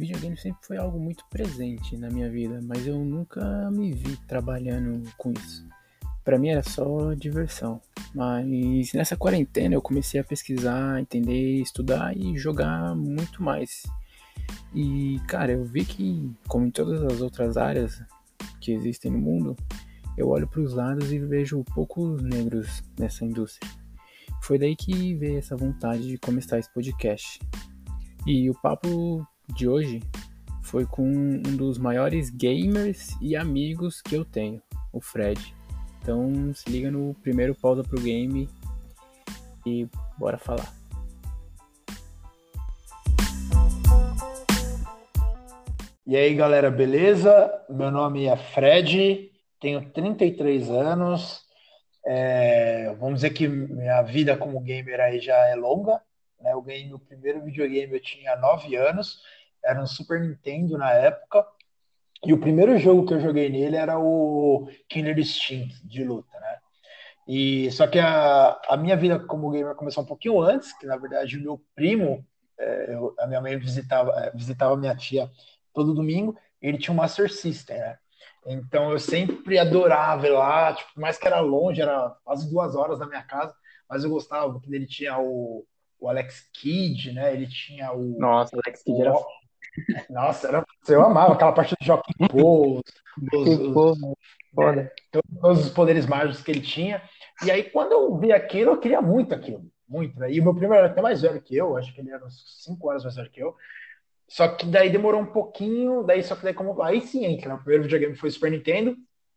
videogame sempre foi algo muito presente na minha vida, mas eu nunca me vi trabalhando com isso. Pra mim era só diversão. Mas nessa quarentena eu comecei a pesquisar, entender, estudar e jogar muito mais. E, cara, eu vi que, como em todas as outras áreas que existem no mundo, eu olho para os lados e vejo poucos negros nessa indústria. Foi daí que veio essa vontade de começar esse podcast. E o papo de hoje foi com um dos maiores gamers e amigos que eu tenho, o Fred. Então se liga no primeiro pausa pro game e bora falar. E aí, galera, beleza? Meu nome é Fred, tenho 33 anos. Vamos dizer que minha vida como gamer aí já é longa, né? Eu ganhei meu primeiro videogame, eu tinha 9 anos, era um Super Nintendo na época, e o primeiro jogo que eu joguei nele era o Killer Instinct de luta, né? E só que a minha vida como gamer começou um pouquinho antes, que na verdade o meu primo, a minha mãe visitava minha tia todo domingo, e ele tinha um Master System, né? Então eu sempre adorava ir lá, tipo, por mais que era longe, era quase 2 horas da minha casa, mas eu gostava, porque ele tinha o Alex Kidd, né? Ele tinha Nossa, Alex Kidd era o nossa, eu amava aquela parte do Jockey Pô, os, que os, porra, foda. todos os poderes mágicos que ele tinha. E aí, quando eu vi aquilo, eu queria muito aquilo. Muito, né? E o meu primo era até mais velho que eu, acho que ele era uns 5 anos mais velho que eu. Só que daí demorou um pouquinho, daí só que daí como. Aí sim entra, né? O primeiro videogame foi o Super Nintendo.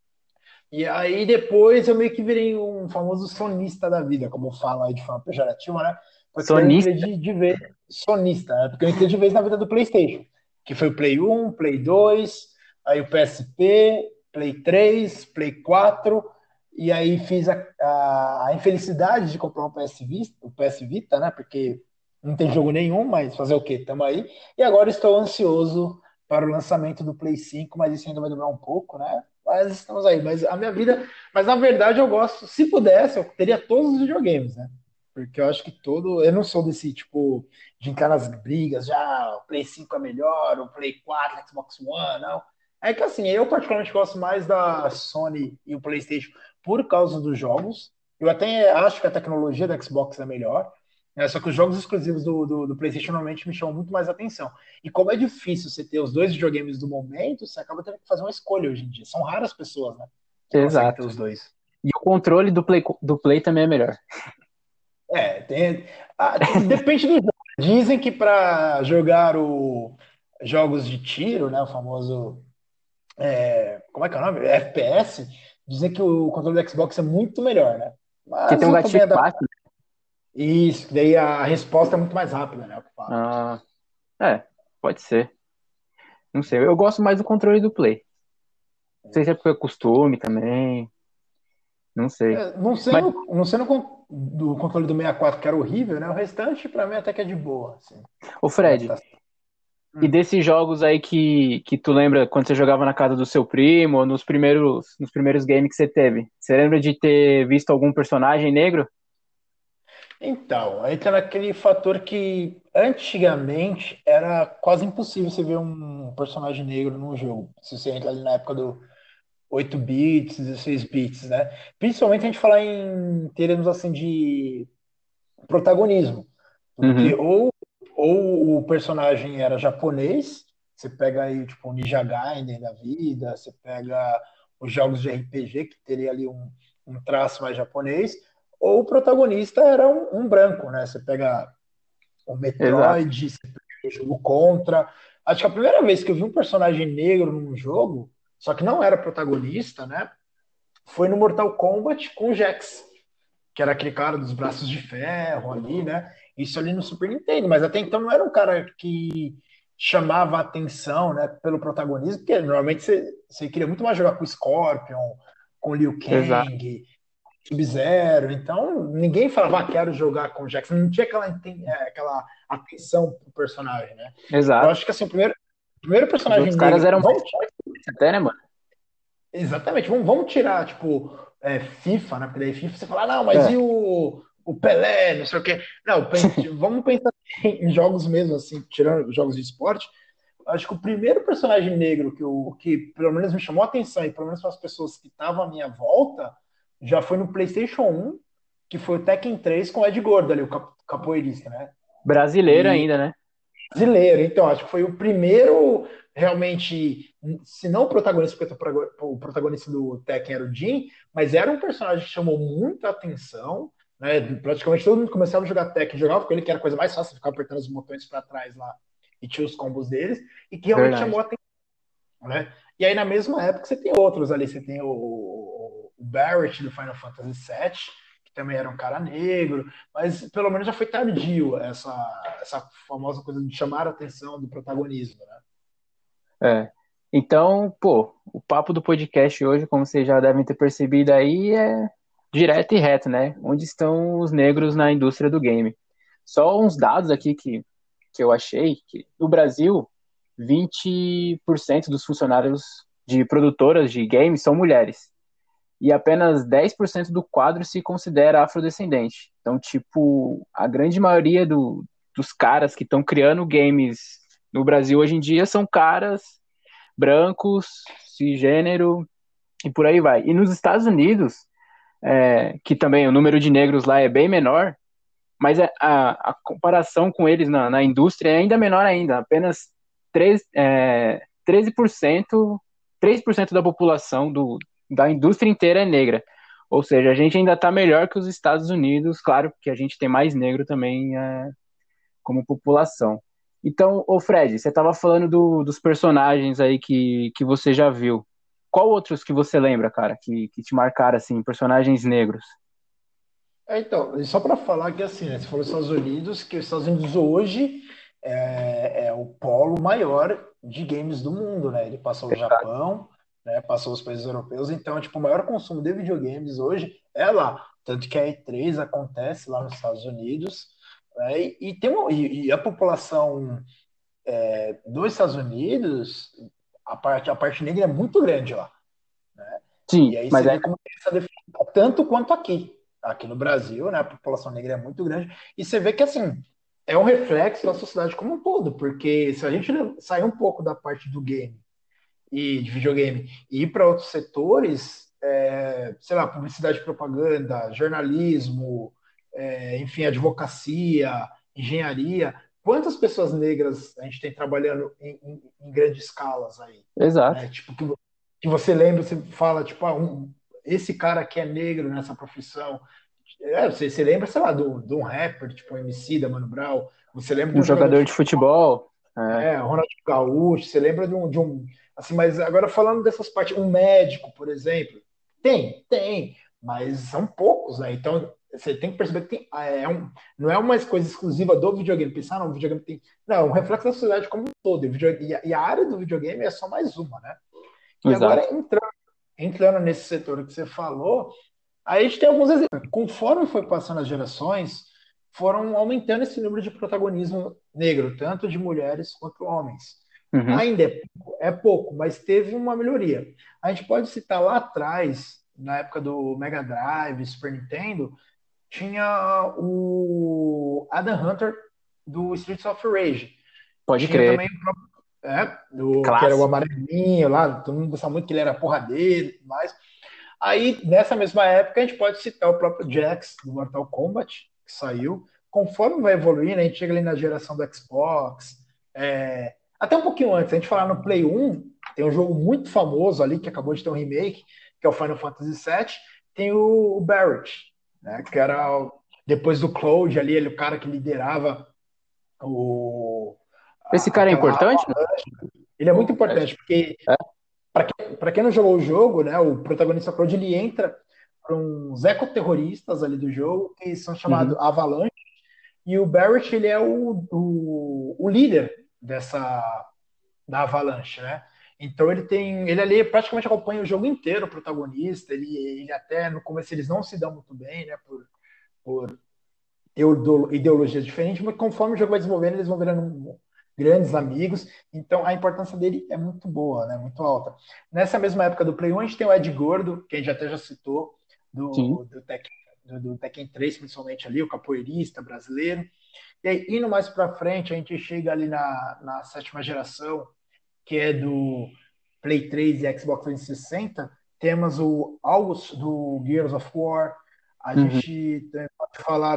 E aí depois eu meio que virei um famoso sonista da vida, como fala aí de forma pejorativa, né? Porque daí eu entrei Sonista. de vez sonista, né? Porque eu entrei de vez na vida do PlayStation, que foi o Play 1, Play 2, aí o PSP, Play 3, Play 4, e aí fiz a infelicidade de comprar um PS Vita, né? Porque não tem jogo nenhum, mas fazer o quê? Tamo aí. E agora estou ansioso para o lançamento do Play 5, mas isso ainda vai demorar um pouco, né? Mas estamos aí. Mas a minha vida. Mas na verdade eu gosto. Se pudesse, eu teria todos os videogames, né? Porque eu acho que todo. Eu não sou desse tipo de entrar nas brigas, já o Play 5 é melhor, o Play 4, Xbox One, não. É que assim, eu particularmente gosto mais da Sony e o PlayStation por causa dos jogos. Eu até acho que a tecnologia do Xbox é melhor. Só que os jogos exclusivos do PlayStation normalmente me chamam muito mais atenção. E como é difícil você ter os dois videogames do momento, você acaba tendo que fazer uma escolha hoje em dia. São raras pessoas, né, que conseguem ter Exato. os dois. E o controle do Play também é melhor. Tem, depende do jogo. Dizem que para jogar jogos de tiro, né, o famoso, como é que é o nome? FPS, dizem que o controle do Xbox é muito melhor, né? Que tem Mas um eu tô gatilho bem adaptado. fácil. Isso, daí a resposta é muito mais rápida, né? É o que fala. Ah, pode ser. Não sei. Eu gosto mais do controle do Play. Não sei se é porque é costume também. Não sei. Não Mas, sendo, não sendo do controle do 64, que era horrível, né? O restante, pra mim, até que é de boa, assim, ô Fred, adaptação. e Hum. desses jogos aí que tu lembra quando você jogava na casa do seu primo, ou nos primeiros games que você teve? Você lembra de ter visto algum personagem negro? Então, entra naquele fator que antigamente era quase impossível você ver um personagem negro num jogo. Se você entra ali na época do 8 bits, 16 bits, né? Principalmente a gente falar em termos assim de protagonismo. Porque Uhum, ou o personagem era japonês, você pega aí tipo o Ninja Gaiden da vida, você pega os jogos de RPG que teria ali um traço mais japonês, ou o protagonista era um branco, né? Você pega o exato. Metroid, você pega o jogo Contra. Acho que a primeira vez que eu vi um personagem negro num jogo, só que não era protagonista, né? Foi no Mortal Kombat com o Jax, que era aquele cara dos braços de ferro ali, né? Isso ali no Super Nintendo, mas até então não era um cara que chamava a atenção, né, pelo protagonismo, porque normalmente você queria muito mais jogar com o Scorpion, com o Liu Exato, Kang, Sub-Zero, então ninguém falava, quero jogar com o Jackson, não tinha aquela atenção pro personagem, né? Eu exato. acho que assim, o primeiro Os personagem outros caras negro, eram mais fortes até, né, mano? exatamente, vamos tirar, tipo, FIFA, né? Porque daí FIFA você fala, ah, não, mas e É, o Pelé, não sei o quê. Não, vamos pensar em jogos mesmo, assim, tirando os jogos de esporte. acho que o primeiro personagem negro que pelo menos me chamou a atenção, e pelo menos para as pessoas que estavam à minha volta, já foi no PlayStation 1, que foi o Tekken 3 com o Ed Gordo ali, o capoeirista, né? Brasileiro E ainda, né? brasileiro, então, acho que foi o primeiro realmente, se não o protagonista, porque o protagonista do Tekken era o Jin, mas era um personagem que chamou muita atenção, né? Praticamente todo mundo começava a jogar Tekken, jogava com ele, que era a coisa mais fácil, ficar apertando os botões para trás lá e tinha os combos deles, e que realmente chamou Verdade. a atenção, né? E aí na mesma época você tem outros ali, você tem o Barrett do Final Fantasy VII, que também era um cara negro, mas pelo menos já foi tardio essa famosa coisa de chamar a atenção do protagonismo, né? É. Então, pô, o papo do podcast hoje, como vocês já devem ter percebido aí, é direto e reto, né? Onde estão os negros na indústria do game? Só uns dados aqui que eu achei, que no Brasil, 20% dos funcionários de produtoras de games são mulheres. E apenas 10% do quadro se considera afrodescendente. Então, tipo, a grande maioria dos caras que estão criando games no Brasil hoje em dia são caras brancos, cisgênero e por aí vai. E nos Estados Unidos, que também o número de negros lá é bem menor, mas a comparação com eles na indústria é ainda menor ainda. Apenas 13%, 3% da população da indústria inteira é negra. Ou seja, a gente ainda está melhor que os Estados Unidos, claro que a gente tem mais negro também como população. Então, ô Fred, você estava falando dos personagens aí que você já viu. Qual outros que você lembra, cara, que te marcaram, assim, personagens negros? Então, e só para falar que assim, né, você falou dos Estados Unidos, que os Estados Unidos hoje é o polo maior de games do mundo, né? Ele passou o Japão, né? Passou os países europeus, então, tipo, o maior consumo de videogames hoje é lá. Tanto que a E3 acontece lá nos Estados Unidos, né? E a população dos Estados Unidos, a parte negra é muito grande lá. Sim, E aí mas você é vê como tem essa diferença, tanto quanto aqui. Aqui no Brasil, né, a população negra é muito grande. E você vê que, assim, é um reflexo da sociedade como um todo, porque se a gente sair um pouco da parte do game e de videogame e ir para outros setores, sei lá, publicidade e propaganda, jornalismo, enfim, advocacia, engenharia, quantas pessoas negras a gente tem trabalhando em grandes escalas aí, exato. né? Tipo, que você lembra, você fala, tipo, esse cara aqui é negro nessa profissão. Você lembra, sei lá, de um rapper, tipo um MC da Mano Brown, você lembra de Um um jogador de jogador de futebol, futebol. Ronaldinho Gaúcho, você lembra de um, assim, mas agora falando dessas partes, um médico, por exemplo, tem, mas são poucos, né? Então você tem que perceber que não é uma coisa exclusiva do videogame. Pensar, não, o videogame tem. Não, é um reflexo da sociedade como um todo. E a área do videogame é só mais uma, né? E Exato. agora, entrando nesse setor que você falou, aí a gente tem alguns exemplos. Conforme foi passando as gerações, foram aumentando esse número de protagonismo negro, tanto de mulheres quanto homens. Uhum. Ainda é pouco, mas teve uma melhoria. A gente pode citar lá atrás, na época do Mega Drive, Super Nintendo, tinha o Adam Hunter do Streets of Rage. Pode Tinha crer. também que era o Clássico. amarelinho lá, todo mundo gostava muito que ele era porradeiro e tudo mais. Aí, nessa mesma época, a gente pode citar o próprio Jax do Mortal Kombat, que saiu. Conforme vai evoluindo, a gente chega ali na geração do Xbox, até um pouquinho antes, a gente falar no Play 1, tem um jogo muito famoso ali, que acabou de ter um remake, que é o Final Fantasy VII, tem o Barrett, né, que era, depois do Cloud ali, ele o cara que liderava o, Esse cara é aquela. importante? Ele é muito No... É. importante, porque para quem não jogou o jogo, né, o protagonista Cloud ele entra para uns ecoterroristas ali do jogo que são chamados Uhum. Avalanche e o Barrett ele é o líder dessa da Avalanche, né? Então ele ali praticamente acompanha o jogo inteiro, o protagonista. Ele até no começo eles não se dão muito bem, né? Por ideologias diferentes, mas conforme o jogo vai desenvolvendo, eles vão virando grandes amigos. Então a importância dele é muito boa, né? Muito alta. Nessa mesma época do Play 1, a gente tem o Ed Gordo, que a gente até já citou, Sim. do Tekken. do Tekken 3, principalmente ali, o capoeirista brasileiro. E aí, indo mais para frente, a gente chega ali na sétima geração, que é do Play 3 e Xbox 360. Temos o August do Gears of War. A Uhum. gente também pode falar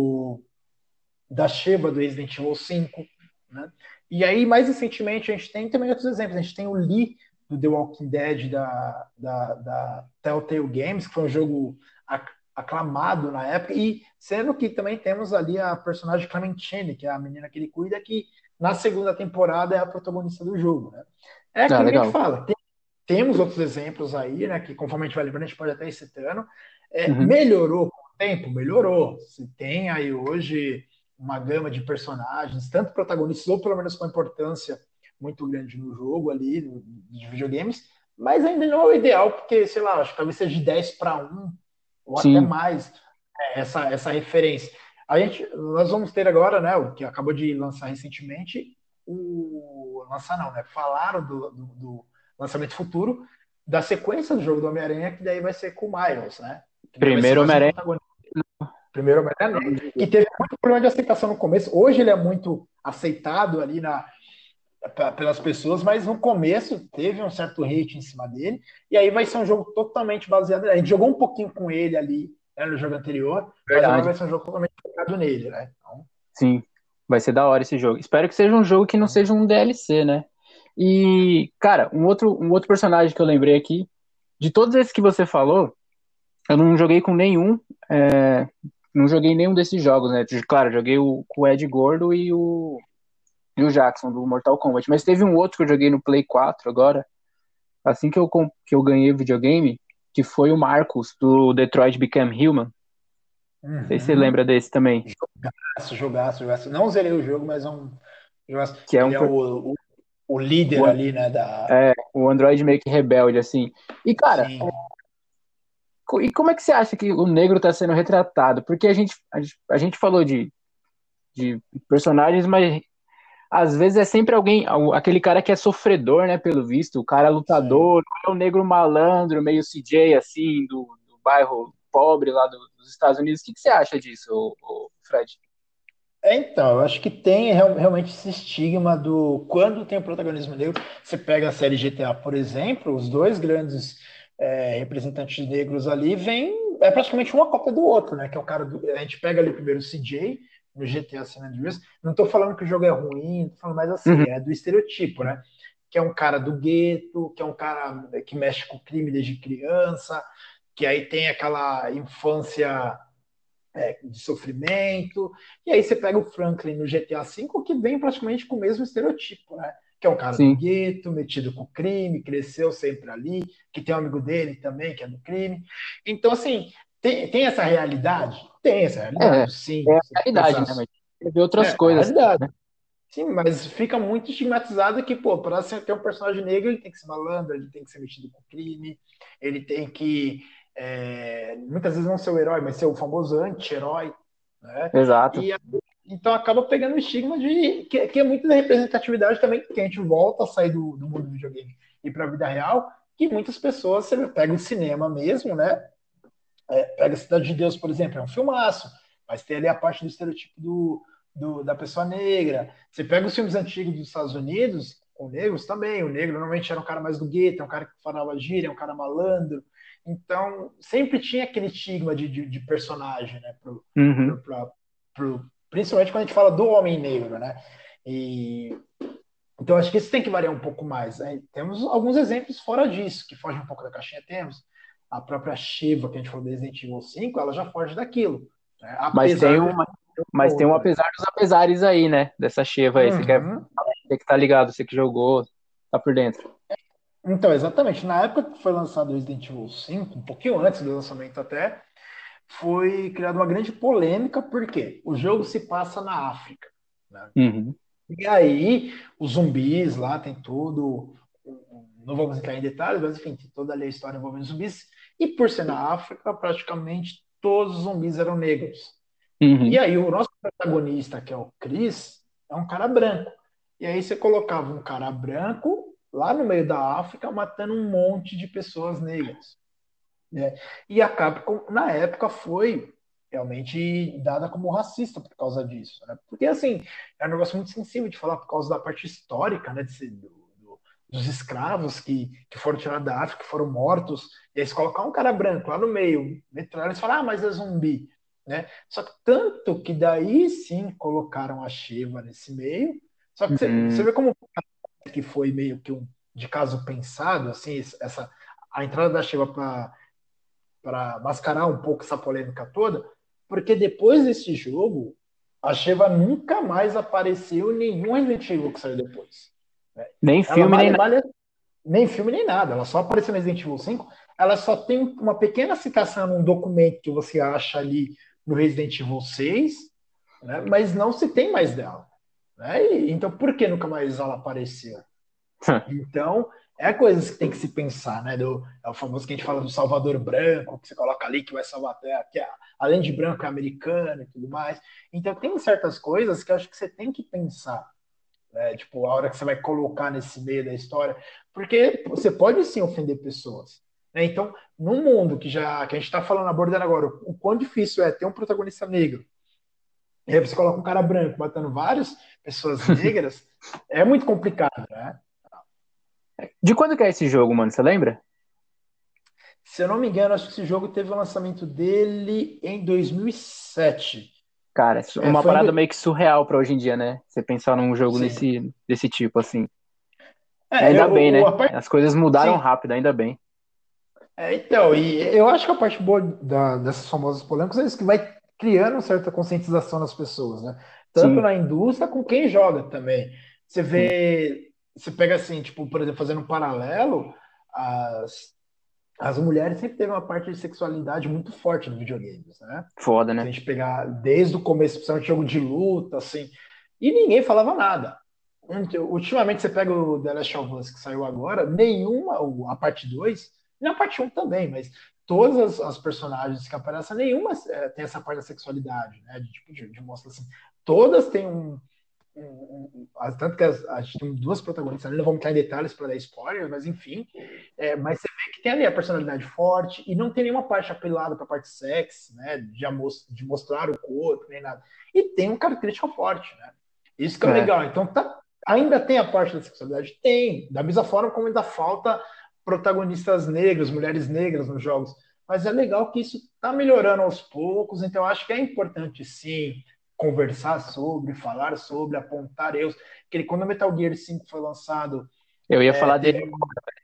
da Sheva do Resident Evil 5, né? E aí, mais recentemente, a gente tem também outros exemplos. A gente tem o Lee do The Walking Dead da Telltale Games, que foi um jogo aclamado na época, e sendo que também temos ali a personagem Clementine, que é a menina que ele cuida, que na segunda temporada é a protagonista do jogo, né? É Ah, aquilo que a gente legal. fala. Temos outros exemplos aí, né? Que conforme a gente vai lembrando, a gente pode até ir citando. Uhum. Melhorou com o tempo? Melhorou. Se tem aí hoje uma gama de personagens, tanto protagonistas, ou pelo menos com importância muito grande no jogo ali, de videogames, mas ainda não é o ideal, porque, sei lá, acho que talvez seja de 10 para um ou até Sim, mais, essa referência. Nós vamos ter agora, né, o que acabou de lançar recentemente, lançar não, né, falaram do lançamento futuro da sequência do jogo do Homem-Aranha, que daí vai ser com o Miles, né, que daí vai ser primeiro mais um Homem-Aranha. protagonista. Primeiro Homem-Aranha Negro, que teve muito problema de aceitação no começo. Hoje ele é muito aceitado ali pelas pessoas, mas no começo teve um certo hate em cima dele. E aí vai ser um jogo totalmente baseado. A gente jogou um pouquinho com ele ali, né, no jogo anterior, mas agora Verdade. vai ser um jogo totalmente focado nele, né? Então, Sim, vai ser da hora esse jogo. Espero que seja um jogo que não seja um DLC, né? E, cara, um outro personagem que eu lembrei aqui, de todos esses que você falou, eu não joguei com nenhum, não joguei nenhum desses jogos, né? Claro, joguei com o Ed Gordo e o Jackson do Mortal Kombat, mas teve um outro que eu joguei no Play 4 agora, assim que eu ganhei o videogame, que foi o Marcus do Detroit Become Human. Não sei se você lembra uhum. desse também, Jogaço. Não zerei o jogo, mas é um jogaço. que é Ele é o líder o, ali, né? o Android meio que rebelde, assim. E, cara, Sim. e como é que você acha que o negro está sendo retratado? Porque a gente falou de personagens, mas às vezes é sempre alguém, aquele cara que é sofredor, né, pelo visto, o cara Sim. lutador, não é o negro malandro, meio CJ, assim, do bairro pobre lá dos Estados Unidos. O que você acha disso, Fred? Então, eu acho que tem realmente esse estigma do quando tem o protagonismo negro. Você pega a série GTA, por exemplo, os dois grandes representantes negros ali vêm, é praticamente uma cópia do outro, né? Que é o cara a gente pega ali primeiro o CJ no GTA San Andreas. Não estou falando que o jogo é ruim, tô falando mais Uhum, assim, é do estereotipo, né? Que é um cara do gueto, que é um cara que mexe com crime desde criança, que aí tem aquela infância de sofrimento. E aí você pega o Franklin no GTA V, que vem praticamente com o mesmo estereotipo, né? Que é um cara do sim. gueto, metido com crime, cresceu sempre ali, que tem um amigo dele também, que é do crime. Então, assim, tem essa realidade? Tem essa É, realidade, sim. é a Você realidade, pensar, né? Mas tem que ver outras é a coisas, realidade. né? Sim, mas fica muito estigmatizado que, pô, para você ter um personagem negro, ele tem que ser malandro, ele tem que ser metido com crime, ele tem que, muitas vezes não ser o herói, mas ser o famoso anti-herói, né? Exato. E então acaba pegando o estigma de que é muito da representatividade também, que a gente volta a sair do mundo do videogame e para a vida real, que muitas pessoas, você pega o cinema mesmo, né? Pega Cidade de Deus, por exemplo, é um filmaço, mas tem ali a parte do estereotipo da pessoa negra. Você pega os filmes antigos dos Estados Unidos, com negros também. O negro normalmente era um cara mais do gueto, é um cara que falava gíria, é um cara malandro. Então, sempre tinha aquele estigma de personagem, né? Uhum. Principalmente quando a gente fala do homem negro, né? E, então, acho que isso tem que variar um pouco mais, né? Temos alguns exemplos fora disso, que fogem um pouco da caixinha. Temos a própria Shiva, que a gente falou do Resident Evil 5, ela já foge daquilo, né? Mas tem Apesar de um, ter uma mas tem um outra. apesar dos apesares aí, né? Dessa Cheva aí. Uhum. Você que tá ligado, você que jogou, tá por dentro. Então, exatamente. Na época que foi lançado o Resident Evil 5, um pouquinho antes do lançamento até, foi criada uma grande polêmica, porque o jogo se passa na África, né? Uhum. E aí, os zumbis lá, tem tudo. Não vamos entrar em detalhes, mas enfim, tem toda ali a história envolvendo zumbis. E por ser na África, praticamente todos os zumbis eram negros. E Uhum. aí, o nosso protagonista, que é o Chris, é um cara branco. E aí, você colocava um cara branco lá no meio da África, matando um monte de pessoas negras. né? E a Capcom, na época, foi realmente dada como racista por causa disso, né? Porque, assim, é um negócio muito sensível de falar por causa da parte histórica, né? Dos escravos que foram tirados da África, que foram mortos, e aí se colocar um cara branco lá no meio, eles falam, ah, mas é zumbi, né? Só que tanto que daí sim colocaram a Sheva nesse meio, só que você Uhum. vê como que foi meio que um de caso pensado, assim, essa a entrada da Sheva para mascarar um pouco essa polêmica toda, porque depois desse jogo, a Sheva nunca mais apareceu em nenhum Resident Evil que saiu depois. Né? Nem Ela filme, nem vale, nada. vale nem filme nem nada, ela só apareceu no Resident Evil 5. Ela só tem uma pequena citação num documento que você acha ali no Resident Evil 6, né? Mas não se tem mais dela. Né? Então, por que nunca mais ela apareceu? Então, é coisas que tem que se pensar, né? É o famoso que a gente fala do Salvador Branco, que você coloca ali que vai salvar a Terra, que é, além de branco é americano e tudo mais. Então, tem certas coisas que eu acho que você tem que pensar, né? Tipo, a hora que você vai colocar nesse meio da história, porque você pode sim ofender pessoas. Né? Então, num mundo que a gente está falando, abordando agora, o quão difícil é ter um protagonista negro, e aí você coloca um cara branco matando várias pessoas negras, é muito complicado, né? De quando que é esse jogo, mano? Você lembra? Se eu não me engano, acho que esse jogo teve o lançamento dele em 2007. Cara, é uma Foi parada meio que surreal pra hoje em dia, né? Você pensar num jogo sim. desse tipo, assim. É, Ainda bem, né? a parte, As coisas mudaram sim. rápido, ainda bem. Então, e eu acho que a parte boa dessas famosas polêmicas é isso, que vai criando certa conscientização nas pessoas, né? Tanto Sim, na indústria com quem joga também. Você sim. vê, você pega assim, tipo, por exemplo, fazendo um paralelo, as, as mulheres sempre teve uma parte de sexualidade muito forte no videogames, né? Foda, Se a né? gente pegar desde o começo, principalmente jogo de luta, assim, e ninguém falava nada. Ultimamente você pega o The Last of Us que saiu agora, nenhuma, a parte 2 e a parte um também, mas todas as personagens que aparecem, nenhuma tem essa parte da sexualidade, né? De mostra assim. Todas têm tanto que a gente tem duas protagonistas, ali, não vamos entrar em detalhes para dar spoiler, mas enfim. Mas você vê que tem ali a personalidade forte e não tem nenhuma parte apelada para a parte sexy, né? De mostrar o corpo, nem nada. E tem uma característica forte, né? Isso que é o É. legal. Então, ainda tem a parte da sexualidade? Tem. Da mesma forma como ainda falta protagonistas negros, mulheres negras nos jogos. Mas é legal que isso está melhorando aos poucos, então eu acho que é importante sim conversar sobre, falar sobre, apontar erros. Porque quando o Metal Gear 5 foi lançado, Eu ia falar dele. teve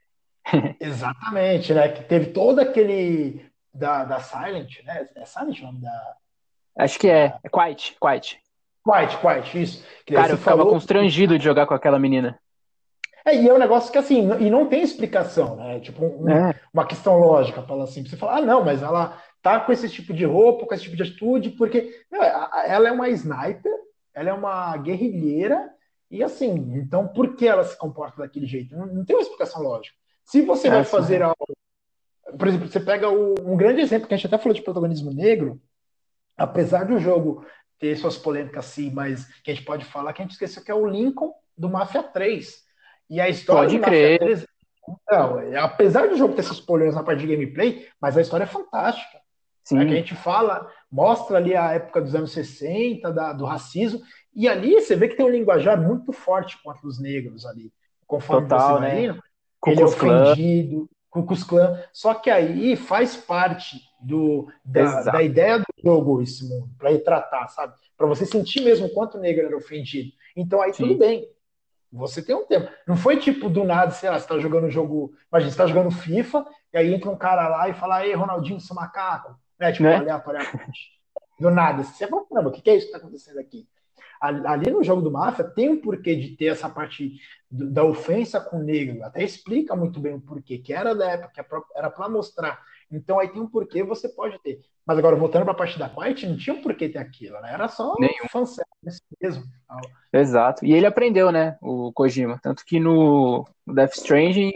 exatamente, né? Que teve todo aquele da Silent, né? É Silent o nome Acho que é. da É Quiet, Quiet. Quiet, isso. Que daí Cara, se eu ficava falou. constrangido de jogar com aquela menina. E é um negócio que assim, e não tem explicação, né? Tipo, É, uma questão lógica, fala assim, você fala, ah, não, mas ela tá com esse tipo de roupa, com esse tipo de atitude, porque meu, ela é uma sniper, ela é uma guerrilheira, e assim, então por que ela se comporta daquele jeito? Não tem uma explicação lógica. Se você vai fazer surreal. algo, por exemplo, você pega um grande exemplo que a gente até falou de protagonismo negro, apesar do jogo ter suas polêmicas sim, mas que a gente pode falar que a gente esqueceu que é o Lincoln do Mafia 3. E a história do Pode Mafia crer. 3, não, apesar do jogo ter esses polêmicas na parte de gameplay, mas a história é fantástica. Né? Que a Sim, gente fala, mostra ali a época dos anos 60, do racismo, e ali você vê que tem um linguajar muito forte contra os negros ali. Conforme você total, vai né? indo, Ku ele é Klux Klan. ofendido, Ku Klux Klan. Só que aí faz parte da Exato. ideia do jogo esse mundo, para retratar, sabe? Para você sentir mesmo o quanto o negro era ofendido. Então aí tudo Sim. bem. Você tem um tempo. Não foi tipo do nada, sei lá, você tá jogando um jogo. Imagina, você tá jogando FIFA, e aí entra um cara lá e fala, ei, Ronaldinho, seu macaco. Né? Tipo, Né? aleatoriamente. Do nada. Você fala, caramba, o que é isso que tá acontecendo aqui? Ali no jogo do Máfia tem um porquê de ter essa parte da ofensa com o negro. Até explica muito bem o porquê, que era da época, que era para mostrar. Então aí tem um porquê, você pode ter. Mas agora, voltando para a parte da Quiet, não tinha um porquê ter aquilo, né? Era só Nenhum. fanservice mesmo. Exato. E ele aprendeu, né? O Kojima. Tanto que no Death Stranding,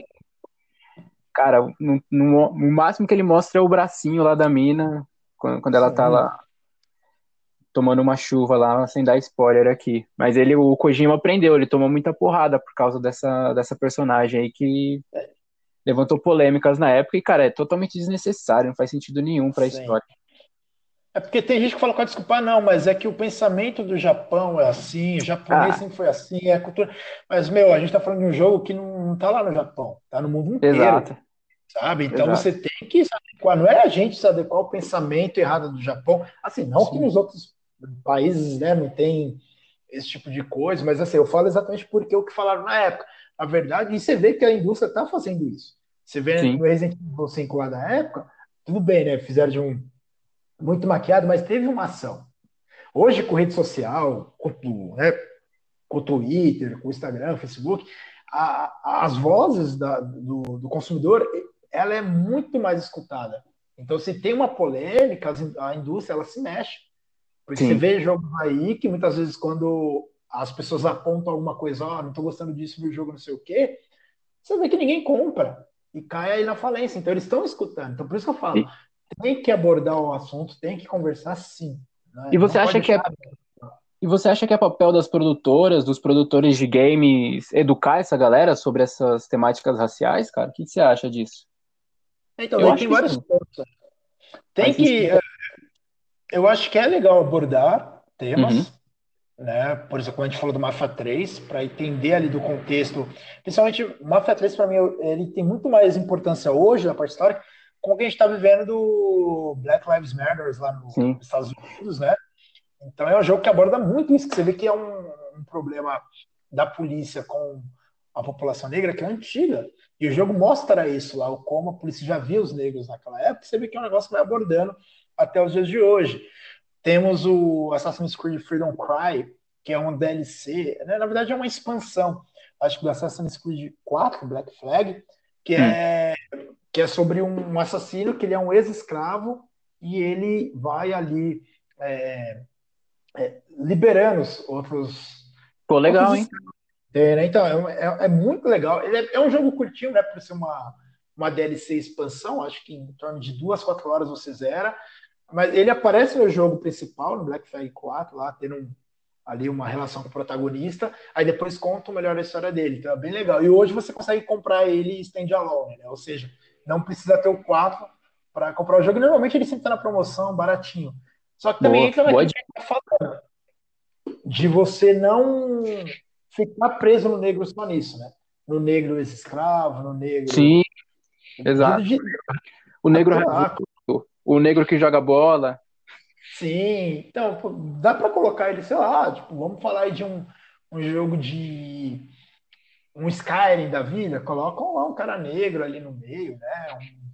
cara, o máximo que ele mostra é o bracinho lá da mina, quando ela tá Sim. lá tomando uma chuva lá, sem dar spoiler aqui. Mas o Kojima aprendeu, ele tomou muita porrada por causa dessa personagem aí que levantou polêmicas na época e, cara, é totalmente desnecessário, não faz sentido nenhum pra Sim. história. É porque tem gente que fala, pode desculpar, não, mas é que o pensamento do Japão é assim, o japonês Ah, sempre foi assim, é a cultura. Mas, meu, a gente tá falando de um jogo que não tá lá no Japão, tá no mundo inteiro, exato, sabe? Então você exato. tem que se adequar, não é a gente se adequar ao pensamento errado do Japão. Assim, não que Sim, nos outros países, né, não tem esse tipo de coisa, mas assim, eu falo exatamente porque o que falaram na época. A verdade, e você vê que a indústria está fazendo isso. Você vê sim, no Resident Evil 5 lá da época, tudo bem, né? Fizeram de um muito maquiado, mas teve uma ação. Hoje, com rede social, com o Twitter, com o Instagram, Facebook, as vozes do consumidor, ela é muito mais escutada. Então, se tem uma polêmica, a indústria ela se mexe. Porque você sim. vê jogos aí que muitas vezes quando as pessoas apontam alguma coisa, ó, oh, não estou gostando disso no jogo, não sei o quê, você vê que ninguém compra e cai aí na falência. Então eles estão escutando. Então por isso que eu falo, E, tem que abordar o assunto, tem que conversar sim. e Né? você Não pode acha que é deixar. E você acha que é papel das produtoras, dos produtores de games, educar essa galera sobre essas temáticas raciais, cara? O que você acha disso? Então, Eu daí acho tem que vários sim, pontos. faz Tem que. sentido. Eu acho que é legal abordar Uhum, temas, né? Por exemplo, quando a gente falou do Mafia 3, para entender ali do contexto. Principalmente, o Mafia 3, para mim, ele tem muito mais importância hoje, na parte histórica, com o que a gente está vivendo do Black Lives Matter lá nos sim. Estados Unidos, né? Então é um jogo que aborda muito isso, que você vê que é um problema da polícia com a população negra que é antiga. E o jogo mostra isso lá, como a polícia já via os negros naquela época, você vê que é um negócio que vai abordando até os dias de hoje. Temos o Assassin's Creed Freedom Cry, que é um DLC, né? Na verdade é uma expansão, acho que do Assassin's Creed 4, Black Flag, que Hum. é, que é sobre um assassino que ele é um ex-escravo e ele vai ali é, liberando os Pô, outros legal, hein? escravos. Né? Então, é muito legal. Ele é um jogo curtinho, né? Por ser uma DLC expansão, acho que em torno de 2, 4 horas você zera. Mas ele aparece no jogo principal, no Black Flag 4, lá, tendo ali uma relação com o protagonista, aí depois conta melhor a história dele, então é bem legal. E hoje você consegue comprar ele standalone, né? Ou seja, não precisa ter o 4 para comprar o jogo. E normalmente ele sempre está na promoção, baratinho. Só que também Boa, entra boa naquilo dica. que a gente tá falando, de você não ficar preso no negro só nisso, né? No negro ex-escravo, no negro. Sim, De, exato. de, O negro sei lá, revolto, o negro que joga bola. sim, então, pô, dá para colocar ele, sei lá, tipo, vamos falar aí de um jogo de um Skyrim da vida, colocam lá um cara negro ali no meio, né?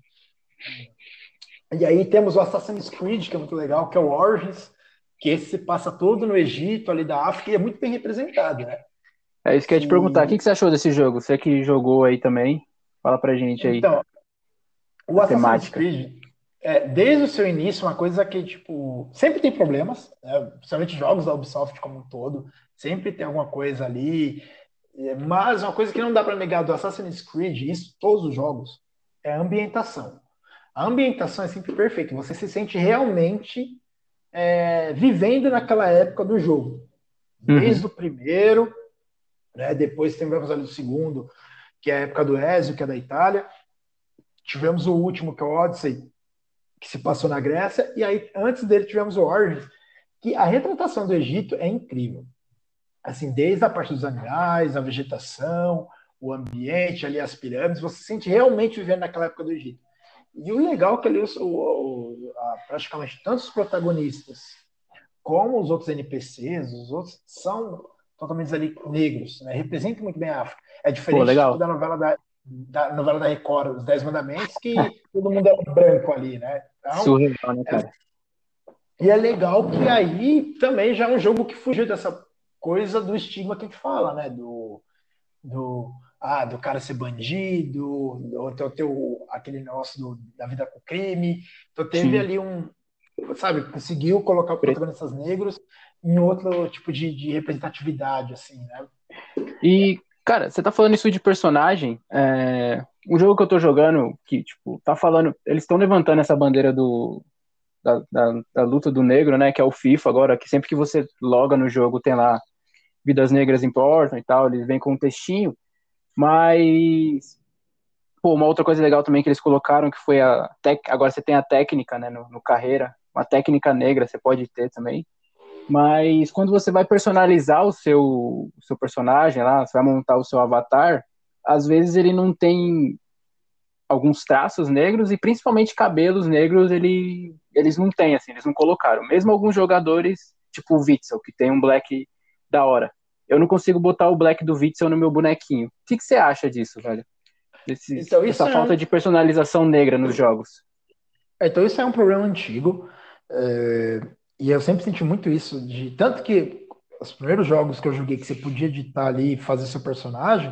E aí temos o Assassin's Creed, que é muito legal, que é o Origins, que esse se passa todo no Egito, ali da África, e é muito bem representado, né? É isso que eu ia te perguntar. O que Que, que você achou desse jogo? Você que jogou aí também, fala pra gente aí então, o a Assassin's temática. Creed, desde o seu início, uma coisa que, tipo, sempre tem problemas, né? Principalmente jogos da Ubisoft como um todo, sempre tem alguma coisa ali. Mas uma coisa que não dá para negar do Assassin's Creed, isso todos os jogos, é a ambientação. A ambientação é sempre perfeita. Você se sente realmente vivendo naquela época do jogo. Uhum, Desde o primeiro, né, depois tivemos ali o segundo, que é a época do Ezio, que é da Itália. Tivemos o último, que é o Odyssey, que se passou na Grécia. E aí, antes dele, tivemos o Origins, que a retratação do Egito é incrível. Assim, desde a parte dos animais, a vegetação, o ambiente, ali as pirâmides, você se sente realmente vivendo naquela época do Egito. E o legal é que ali praticamente tanto os protagonistas como os outros NPCs, os outros são totalmente ali negros, né? Representam muito bem a África. É pô, diferente tipo legal. da novela da Record, os Dez Mandamentos, que todo mundo era branco ali, né? Então, Surreal, né, cara? e é legal que aí também já é um jogo que fugiu dessa coisa do estigma que a gente fala, né? Do cara ser bandido, ou ter aquele negócio da vida com crime. Então teve Sim. ali sabe, conseguiu colocar os protagonistas negros em outro tipo de representatividade, assim, né? E, cara, você tá falando isso de personagem. Um jogo que eu tô jogando, que, tipo, tá falando. Eles estão levantando essa bandeira da luta do negro, né? Que é o FIFA agora, que sempre que você loga no jogo tem lá vidas negras importam e tal, eles vêm com um textinho. Mas, pô, uma outra coisa legal também que eles colocaram, que foi agora você tem a técnica, né, no carreira, uma técnica negra você pode ter também, mas quando você vai personalizar o seu personagem lá, você vai montar o seu avatar, às vezes ele não tem alguns traços negros e principalmente cabelos negros eles não têm, assim, eles não colocaram. Mesmo alguns jogadores, tipo o Witzel, que tem um black da hora. Eu não consigo botar o black do Witzel no meu bonequinho. O que você acha disso, velho? Então Essa isso é falta de personalização negra nos jogos. isso é um problema antigo. é, e eu sempre senti muito isso, de tanto que os primeiros jogos que eu joguei que você podia editar ali e fazer seu personagem,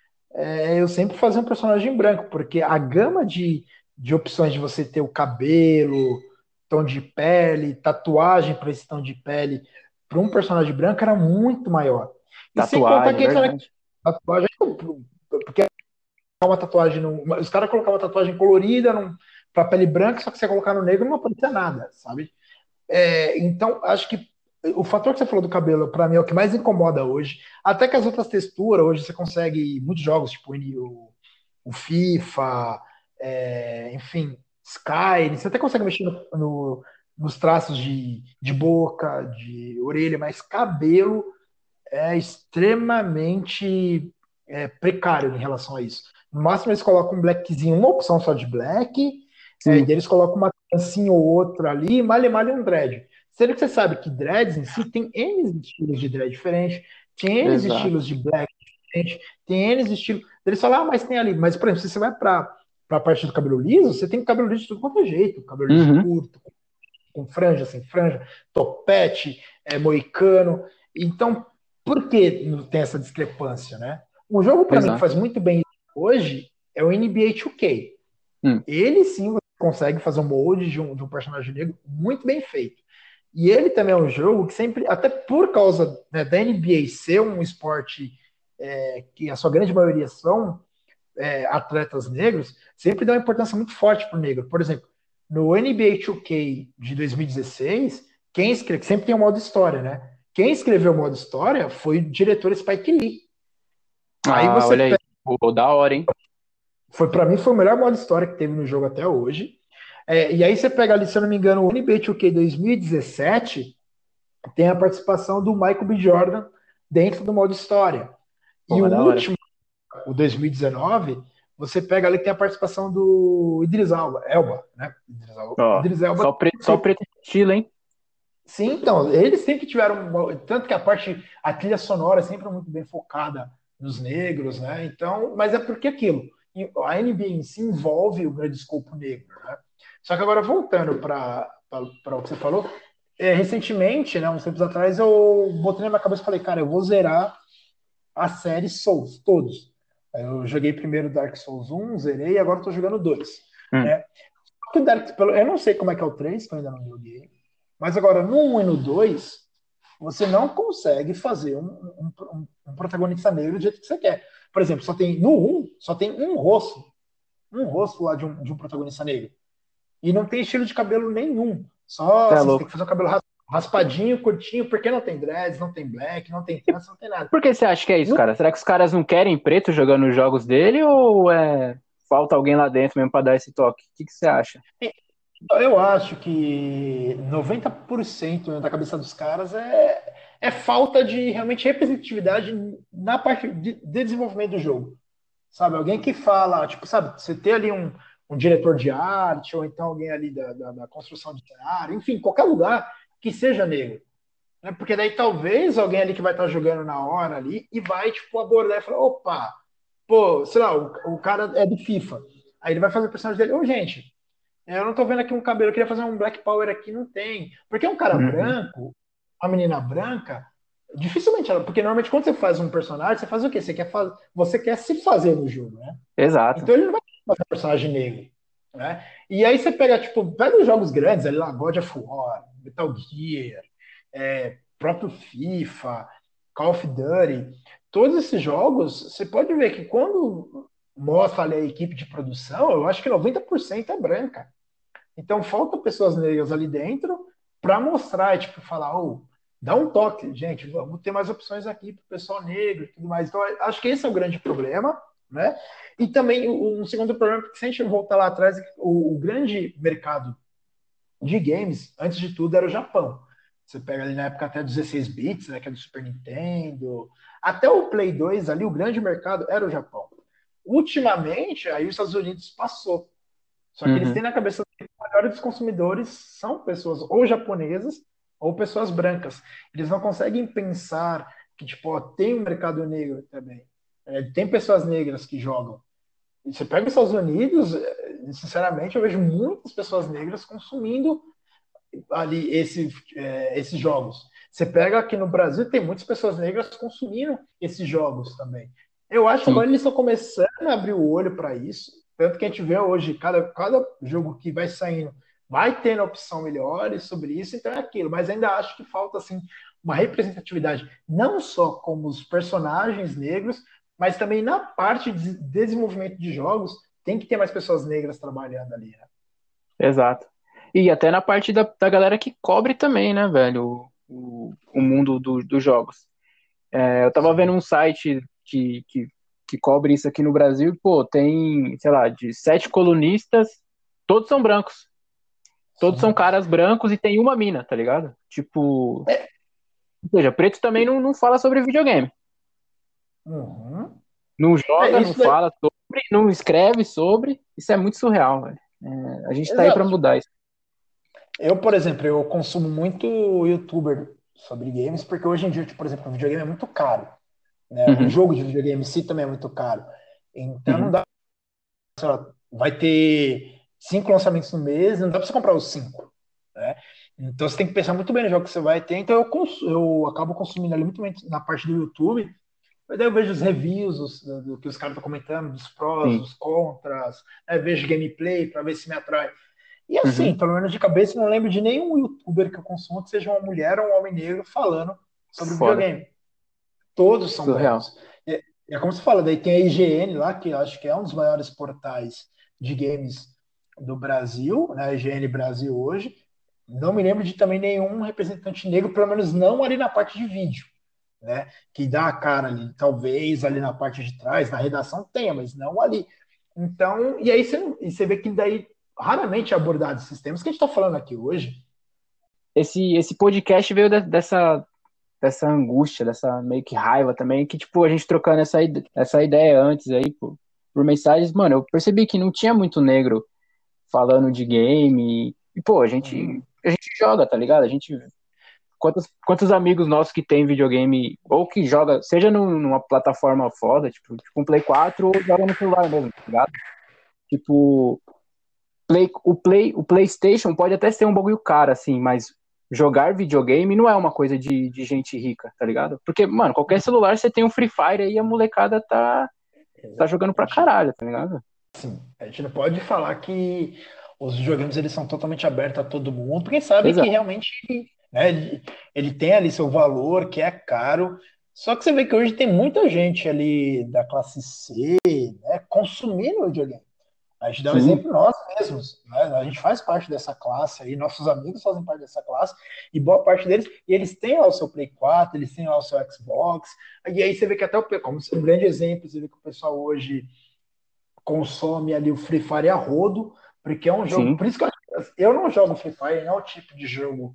eu sempre fazia um personagem branco, porque a gama de opções de você ter o cabelo, tom de pele, tatuagem para esse tom de pele, para um personagem branco era muito maior. E sem contar Tatuagem, que entra na verdade. tatuagem, porque uma tatuagem, os caras colocavam uma tatuagem colorida para pele branca, só que você colocar no negro não aparecia nada, sabe? Então, acho que o fator que você falou do cabelo, para mim, é o que mais incomoda hoje. Até que as outras texturas, hoje você consegue, muitos jogos, tipo o FIFA, enfim, Sky, você até consegue mexer nos traços de boca, de orelha, mas cabelo é extremamente precário em relação a isso. No máximo, eles colocam um blackzinho, uma opção só de black, e Sim, daí eles colocam uma trancinha ou outra ali, malha um dread. Sendo que você sabe que dreads em si tem N estilos de dread diferentes, tem N exato. estilos de black diferentes, tem N estilos. Eles falam, mas tem ali. Mas, por exemplo, se você vai para a parte do cabelo liso, você tem cabelo liso de tudo quanto é jeito. Cabelo liso Uhum, curto, com franja, sem franja, topete, moicano. Então, por que não tem essa discrepância, né? Um jogo, para mim, que exato. faz muito bem hoje é o NBA 2K. Hum. Ele sim você consegue fazer um molde de um personagem negro muito bem feito. E ele também é um jogo que sempre, até por causa, né, da NBA ser um esporte que a sua grande maioria são atletas negros, sempre dá uma importância muito forte para o negro. Por exemplo, no NBA 2K de 2016, quem escreve, sempre tem um modo história, né? Quem escreveu o modo história foi o diretor Spike Lee. Aí Ah, você olha pega, aí. Pô, da hora, hein? para mim foi o melhor modo história que teve no jogo até hoje. E aí você pega ali, se eu não me engano, o NBA 2K 2017 tem a participação do Michael B. Jordan dentro do modo história. E o Porra, da hora. último, o 2019, você pega ali que tem a participação do Elba, né? Ó, Idris Elba. só preto estilo, hein? Sim, então, eles sempre tiveram, tanto que a trilha sonora é sempre muito bem focada nos negros, né? Então, mas é porque aquilo, a NBA em si envolve o grande escopo negro, né? Só que agora voltando para o que você falou, recentemente, né, uns tempos atrás, eu botei na minha cabeça e falei, cara, eu vou zerar a série Souls, todos. Eu joguei primeiro Dark Souls 1, zerei, e agora estou jogando 2. Hum. Né? Eu não sei como é que é o 3, que eu ainda não joguei. Mas agora, no 1 e no 2, você não consegue fazer um protagonista negro do jeito que você quer. Por exemplo, no 1, só tem um rosto lá de um protagonista negro. E não tem estilo de cabelo nenhum. Só Você é assim, você tem que louco. fazer o cabelo raspadinho, curtinho, porque não tem dreads, não tem black, não tem E trança, não tem nada. por que você acha que é isso, No cara? Será que os caras não querem preto jogando os jogos dele ou falta alguém lá dentro mesmo pra dar esse toque? O que você acha? Eu acho que 90% da cabeça dos caras é falta de realmente representatividade na parte de desenvolvimento do jogo. Sabe? Alguém que fala, tipo, sabe, você ter ali um diretor de arte, ou então alguém ali da construção de cenário, enfim, qualquer lugar que seja negro. Né? Porque daí talvez alguém ali que vai estar jogando na hora ali e vai, tipo, abordar e falar, opa, pô, sei lá, o cara é do FIFA. Aí ele vai fazer o personagem dele, ô, gente, eu não tô vendo aqui um cabelo, eu queria fazer um Black Power aqui, não tem. Porque um cara Uhum. branco, uma menina branca, dificilmente ela. Porque normalmente quando você faz um personagem, você faz o quê? Você quer se fazer no jogo, né? Exato. Então ele não vai fazer um personagem negro. Né? E aí você pega os jogos grandes ali lá, God of War, Metal Gear, próprio FIFA, Call of Duty, todos esses jogos, você pode ver que quando mostra ali a equipe de produção, eu acho que 90% é branca. Então faltam pessoas negras ali dentro para mostrar, tipo, falar, oh, dá um toque, gente, vamos ter mais opções aqui para o pessoal negro e tudo mais. Então, acho que esse é o grande problema, né? E também um segundo problema, porque se a gente voltar lá atrás, o grande mercado de games, antes de tudo, era o Japão. Você pega ali na época até 16 bits, né, que é do Super Nintendo, até o Play 2 ali, o grande mercado era o Japão. Ultimamente, aí os Estados Unidos passou. Só que eles têm Uhum. na cabeça que a maioria dos consumidores são pessoas ou japonesas ou pessoas brancas. Eles não conseguem pensar que, tipo, ó, tem um mercado negro também. Tem pessoas negras que jogam. E você pega os Estados Unidos, sinceramente, eu vejo muitas pessoas negras consumindo ali esses jogos. Você pega aqui no Brasil, tem muitas pessoas negras consumindo esses jogos também. Eu acho que Sim. agora eles estão começando a abrir o olho para isso. Tanto que a gente vê hoje, cada jogo que vai saindo vai tendo opção melhores sobre isso, então é aquilo. Mas ainda acho que falta assim, uma representatividade, não só como os personagens negros, mas também na parte de desenvolvimento de jogos, tem que ter mais pessoas negras trabalhando ali, né? Exato. E até na parte da galera que cobre também, né, velho, o mundo dos jogos. Eu tava vendo Sim. um site que cobre isso aqui no Brasil, e, pô, tem, sei lá, de 7 colunistas, todos são brancos. Todos são Sim. caras brancos e tem uma mina, tá ligado? Tipo, ou seja, preto também não fala sobre videogame. Uhum. Não joga, não Isso daí. fala sobre, não escreve sobre. Isso é muito surreal, velho. A gente tá aí pra Exato. mudar isso. Eu, por exemplo, eu consumo muito youtuber sobre games, porque hoje em dia, tipo, por exemplo, o videogame é muito caro, né? O Uhum, jogo de videogame em si também é muito caro. Então não uhum. dá, sei lá, vai ter 5 lançamentos no mês, não dá pra você comprar os 5, né? Então você tem que pensar muito bem no jogo que você vai ter. Então eu acabo consumindo ali muito bem na parte do YouTube. Mas daí eu vejo os reviews do que os caras estão comentando, dos prós, Sim. dos contras, né? Vejo gameplay para ver se me atrai. E assim, Uhum. pelo menos de cabeça, eu não lembro de nenhum youtuber que eu consumo que seja uma mulher ou um homem negro falando sobre Foda. videogame. Todos são Surreal. brancos. É como você fala, daí tem a IGN lá, que eu acho que é um dos maiores portais de games do Brasil, né? A IGN Brasil hoje. Não me lembro de também nenhum representante negro, pelo menos não ali na parte de vídeo, né? Que dá a cara ali, talvez ali na parte de trás, na redação tenha, mas não ali. Então, e aí você vê que daí raramente é abordado esses temas que a gente está falando aqui hoje. Esse podcast veio dessa angústia, dessa meio que raiva também, que, tipo, a gente trocando essa ideia antes aí, por mensagens, mano, eu percebi que não tinha muito negro falando de game, e, pô, Uhum. a gente joga, tá ligado? Quantos amigos nossos que tem videogame, ou que joga, seja numa plataforma foda, tipo um Play 4, ou joga no celular mesmo, tá ligado? Tipo, o PlayStation pode até ser um bagulho caro, assim, mas jogar videogame não é uma coisa de gente rica, tá ligado? Porque, mano, qualquer celular você tem um Free Fire aí, a molecada tá jogando pra Exatamente. caralho, tá ligado? A gente não pode falar que os videogames eles são totalmente abertos a todo mundo, porque sabe que Exato. realmente, né, ele tem ali seu valor, que é caro. Só que você vê que hoje tem muita gente ali da classe C, né, consumindo videogame. A gente dá um Sim, exemplo nós mesmos, né? A gente faz parte dessa classe aí, nossos amigos fazem parte dessa classe, e boa parte deles, e eles têm lá o seu Play 4, eles têm lá o seu Xbox, e aí você vê que até como um grande exemplo, você vê que o pessoal hoje consome ali o Free Fire a rodo, porque é um jogo. sim, Por isso que eu não jogo Free Fire, não é o tipo de jogo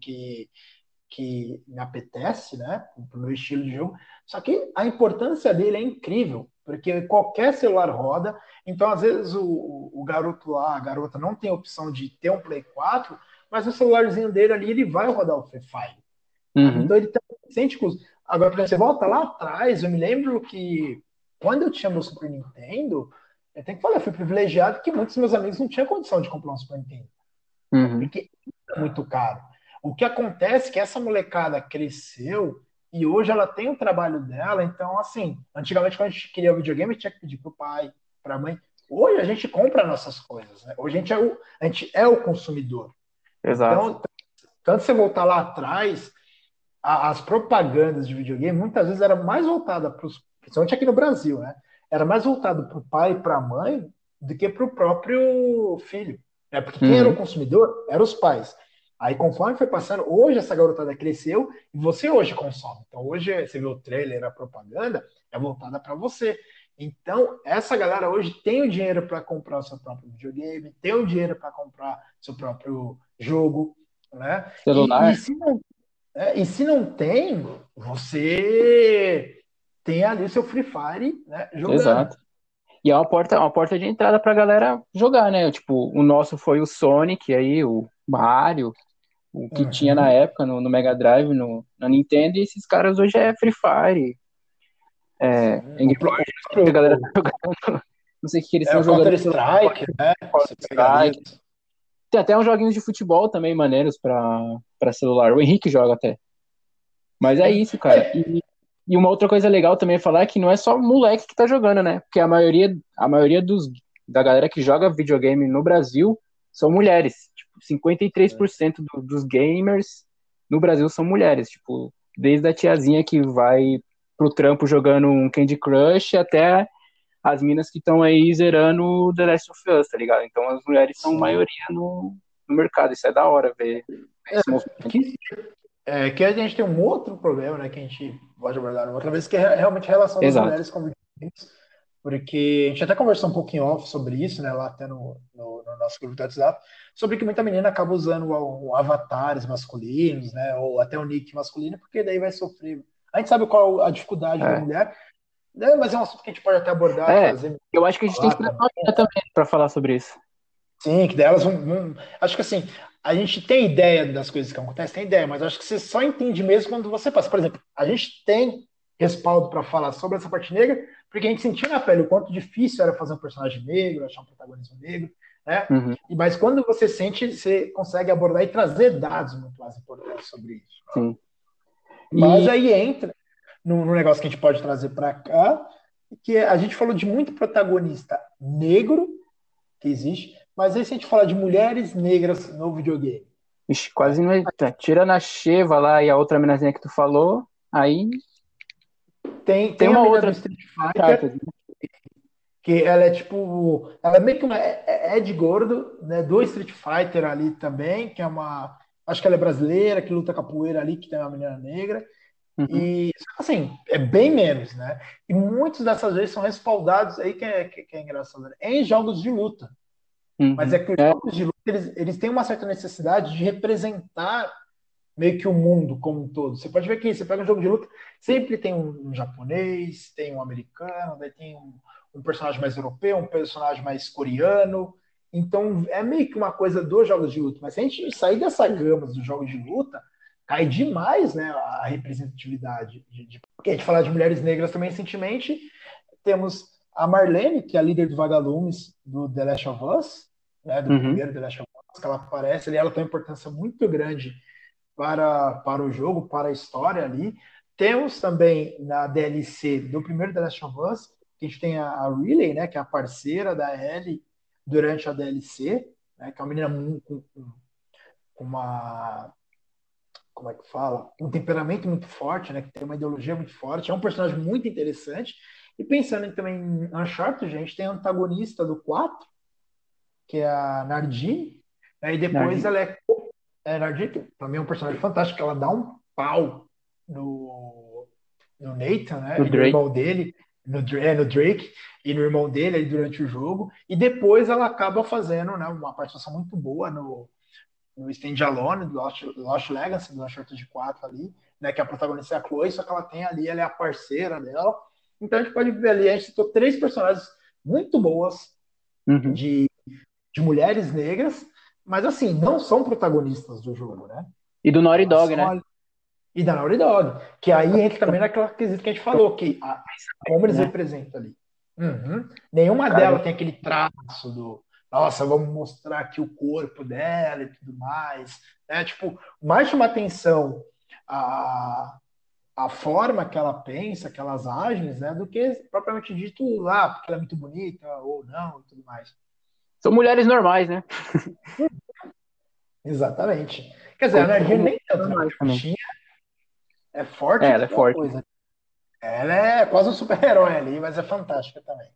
que me apetece, né? Pro meu estilo de jogo. Só que a importância dele é incrível, porque qualquer celular roda. Então, às vezes, o garoto lá, a garota não tem a opção de ter um Play 4, mas o celularzinho dele ali, ele vai rodar o Free Fire. uhum, Então, ele também sente custo. Agora, por exemplo, você volta lá atrás, eu me lembro que quando eu tinha meu Super Nintendo, eu tenho que falar, eu fui privilegiado que muitos dos meus amigos não tinham condição de comprar um Super Nintendo, uhum, porque é muito caro. O que acontece é que essa molecada cresceu e hoje ela tem o trabalho dela, então, assim, antigamente quando a gente queria videogame, a gente tinha que pedir pro pai, pra mãe. Hoje a gente compra nossas coisas, né? Hoje a gente é o consumidor. exato. Então, tanto você voltar lá atrás, as propagandas de videogame muitas vezes era mais voltada para os, principalmente aqui no Brasil, né? Era mais voltado para o pai e para a mãe do que para o próprio filho. É porque quem era o Uhum, consumidor eram os pais. Aí, conforme foi passando, hoje essa garotada cresceu e você hoje consome. Então, hoje você vê o trailer, a propaganda, é voltada para você. Então, essa galera hoje tem o dinheiro para comprar o seu próprio videogame, tem o dinheiro para comprar seu próprio jogo, né? E, Celular, e, se não, e se não tem, você tem ali o seu Free Fire, né, jogando. exato. E é uma porta de entrada pra galera jogar, né? Tipo, o nosso foi o Sonic, aí, o Mario, o que tinha na Uhum. época no Mega Drive, na Nintendo, e esses caras hoje é Free Fire, O, Angry Birds, a galera tá jogando. Não sei o que eles estão o jogando no celular, Counter-Strike, né? Você pega ali. Counter-Strike. Tem até uns joguinhos de futebol também maneiros pra celular. O Henrique joga até. Mas é Sim. isso, cara. E uma outra coisa legal também é falar é que não é só moleque que tá jogando, né? Porque a maioria da galera que joga videogame no Brasil são mulheres. Tipo, 53% dos gamers no Brasil são mulheres. Tipo, desde a tiazinha que vai pro trampo jogando um Candy Crush até as minas que estão aí zerando The Last of Us, tá ligado? Então as mulheres são Sim. maioria no mercado. Isso é da hora ver esse movimento. Que, que a gente tem um outro problema, né, que a gente pode abordar outra vez, que é realmente a relação das Exato. mulheres com videogames, porque a gente até conversou um pouquinho off sobre isso, né, lá até no nosso grupo do WhatsApp, sobre que muita menina acaba usando avatares masculinos, né, ou até o nick masculino, porque daí vai sofrer. A gente sabe qual a dificuldade da É. mulher, né, mas é um assunto que a gente pode até abordar, É, trazer eu acho que a gente tem falar que trazer também. uma mina também pra falar sobre isso. Sim, que delas acho que assim, a gente tem ideia das coisas que acontecem, tem ideia, mas acho que você só entende mesmo quando você passa. Por exemplo, a gente tem respaldo para falar sobre essa parte negra, porque a gente sentiu na pele o quanto difícil era fazer um personagem negro, achar um protagonismo negro, né? Uhum, Mas quando você sente, você consegue abordar e trazer dados muito mais importantes sobre isso. sim. Mas E, aí entra no negócio que a gente pode trazer para cá, que a gente falou de muito protagonista negro que existe, mas aí se a gente falar de mulheres negras no videogame, ixi, né? quase não é. Tá, tira na Sheva lá e a outra minazinha que tu falou, aí tem Tem a uma mina do outra Street Fighter, Charter, né? que ela é tipo, ela é meio que uma Ed Gordo, né, do Street Fighter ali também, que é uma, acho que ela é brasileira, que luta capoeira ali, que tem uma menina negra, Uhum, e assim, é bem menos, né? E muitos dessas vezes são respaldados aí que é engraçado, né, em jogos de luta. Mas uhum. é que os É, jogos de luta, eles têm uma certa necessidade de representar meio que o mundo como um todo. Você pode ver que você pega um jogo de luta, sempre tem um japonês, tem um americano, daí tem um personagem mais europeu, um personagem mais coreano. Então é meio que uma coisa dos jogos de luta. Mas se a gente sair dessa gama dos jogos de luta, cai demais, né, a representatividade. Porque a gente falar de mulheres negras também recentemente, temos a Marlene, que é a líder do Vagalumes do The Last of Us, né, do uhum, primeiro The Last of Us, que ela aparece ali, ela tem uma importância muito grande para o jogo, para a história ali. Temos também na DLC do primeiro The Last of Us, que a gente tem a Riley, né, que é a parceira da Ellie durante a DLC, né, que é uma menina com uma, como é que fala? Um temperamento muito forte, né, que tem uma ideologia muito forte, é um personagem muito interessante. E pensando também em Uncharted, a gente tem a antagonista do 4, que é a Nardine, né, e depois Nardi. ela é Nardine, que pra mim é um personagem fantástico, ela dá um pau no Nathan, O né? E no Drake. irmão dele, no Drake, e no irmão dele ali durante o jogo. E depois ela acaba fazendo, né, uma participação muito boa no Stand Alone, do Lost Legacy, do Uncharted 4 ali, né? Que a protagonista é a Chloe, só que ela tem ali, ela é a parceira dela. Então a gente pode ver ali, a gente citou três personagens muito boas Uhum. de, de mulheres negras, mas assim, não são protagonistas do jogo, né? E do Naughty Elas Dog, são né? ali. E da Naughty Dog, que aí entra também naquela quesito que a gente falou, que como eles Né? representam ali. Uhum. Nenhuma Cara, delas tem aquele traço do, nossa, vamos mostrar aqui o corpo dela e tudo mais. Né? Tipo, mais chama atenção a, a forma que ela pensa, que elas agem, né, do que propriamente dito lá, porque ela é muito bonita ou não e tudo mais. são mulheres normais, né? Exatamente. Quer dizer, a Como, Nardine como nem tanto, né? normais A também. bichinha é É, forte ela que é uma forte. coisa. Ela é quase um super-herói ali, mas é fantástica também.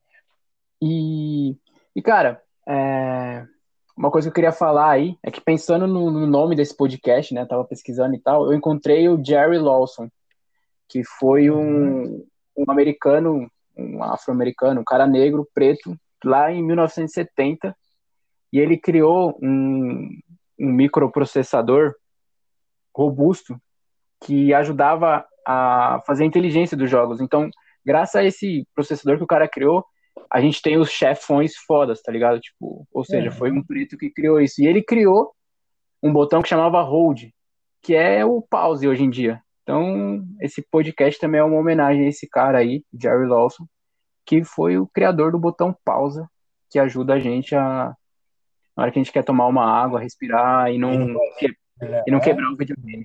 E cara, uma coisa que eu queria falar aí é que pensando no nome desse podcast, né? Tava pesquisando e tal, eu encontrei o Jerry Lawson, que foi Uhum. um americano, um afro-americano, um cara negro, preto, lá em 1970, e ele criou um microprocessador robusto que ajudava a fazer a inteligência dos jogos. Então, graças a esse processador que o cara criou, a gente tem os chefões fodas, tá ligado? Tipo, ou seja, foi um Uhum. preto que criou isso. E ele criou um botão que chamava Hold, que é o pause hoje em dia. Então, esse podcast também é uma homenagem a esse cara aí, Jerry Lawson, que foi o criador do botão pausa, que ajuda a gente na hora que a gente quer tomar uma água, respirar E não e não é? quebrar o videogame.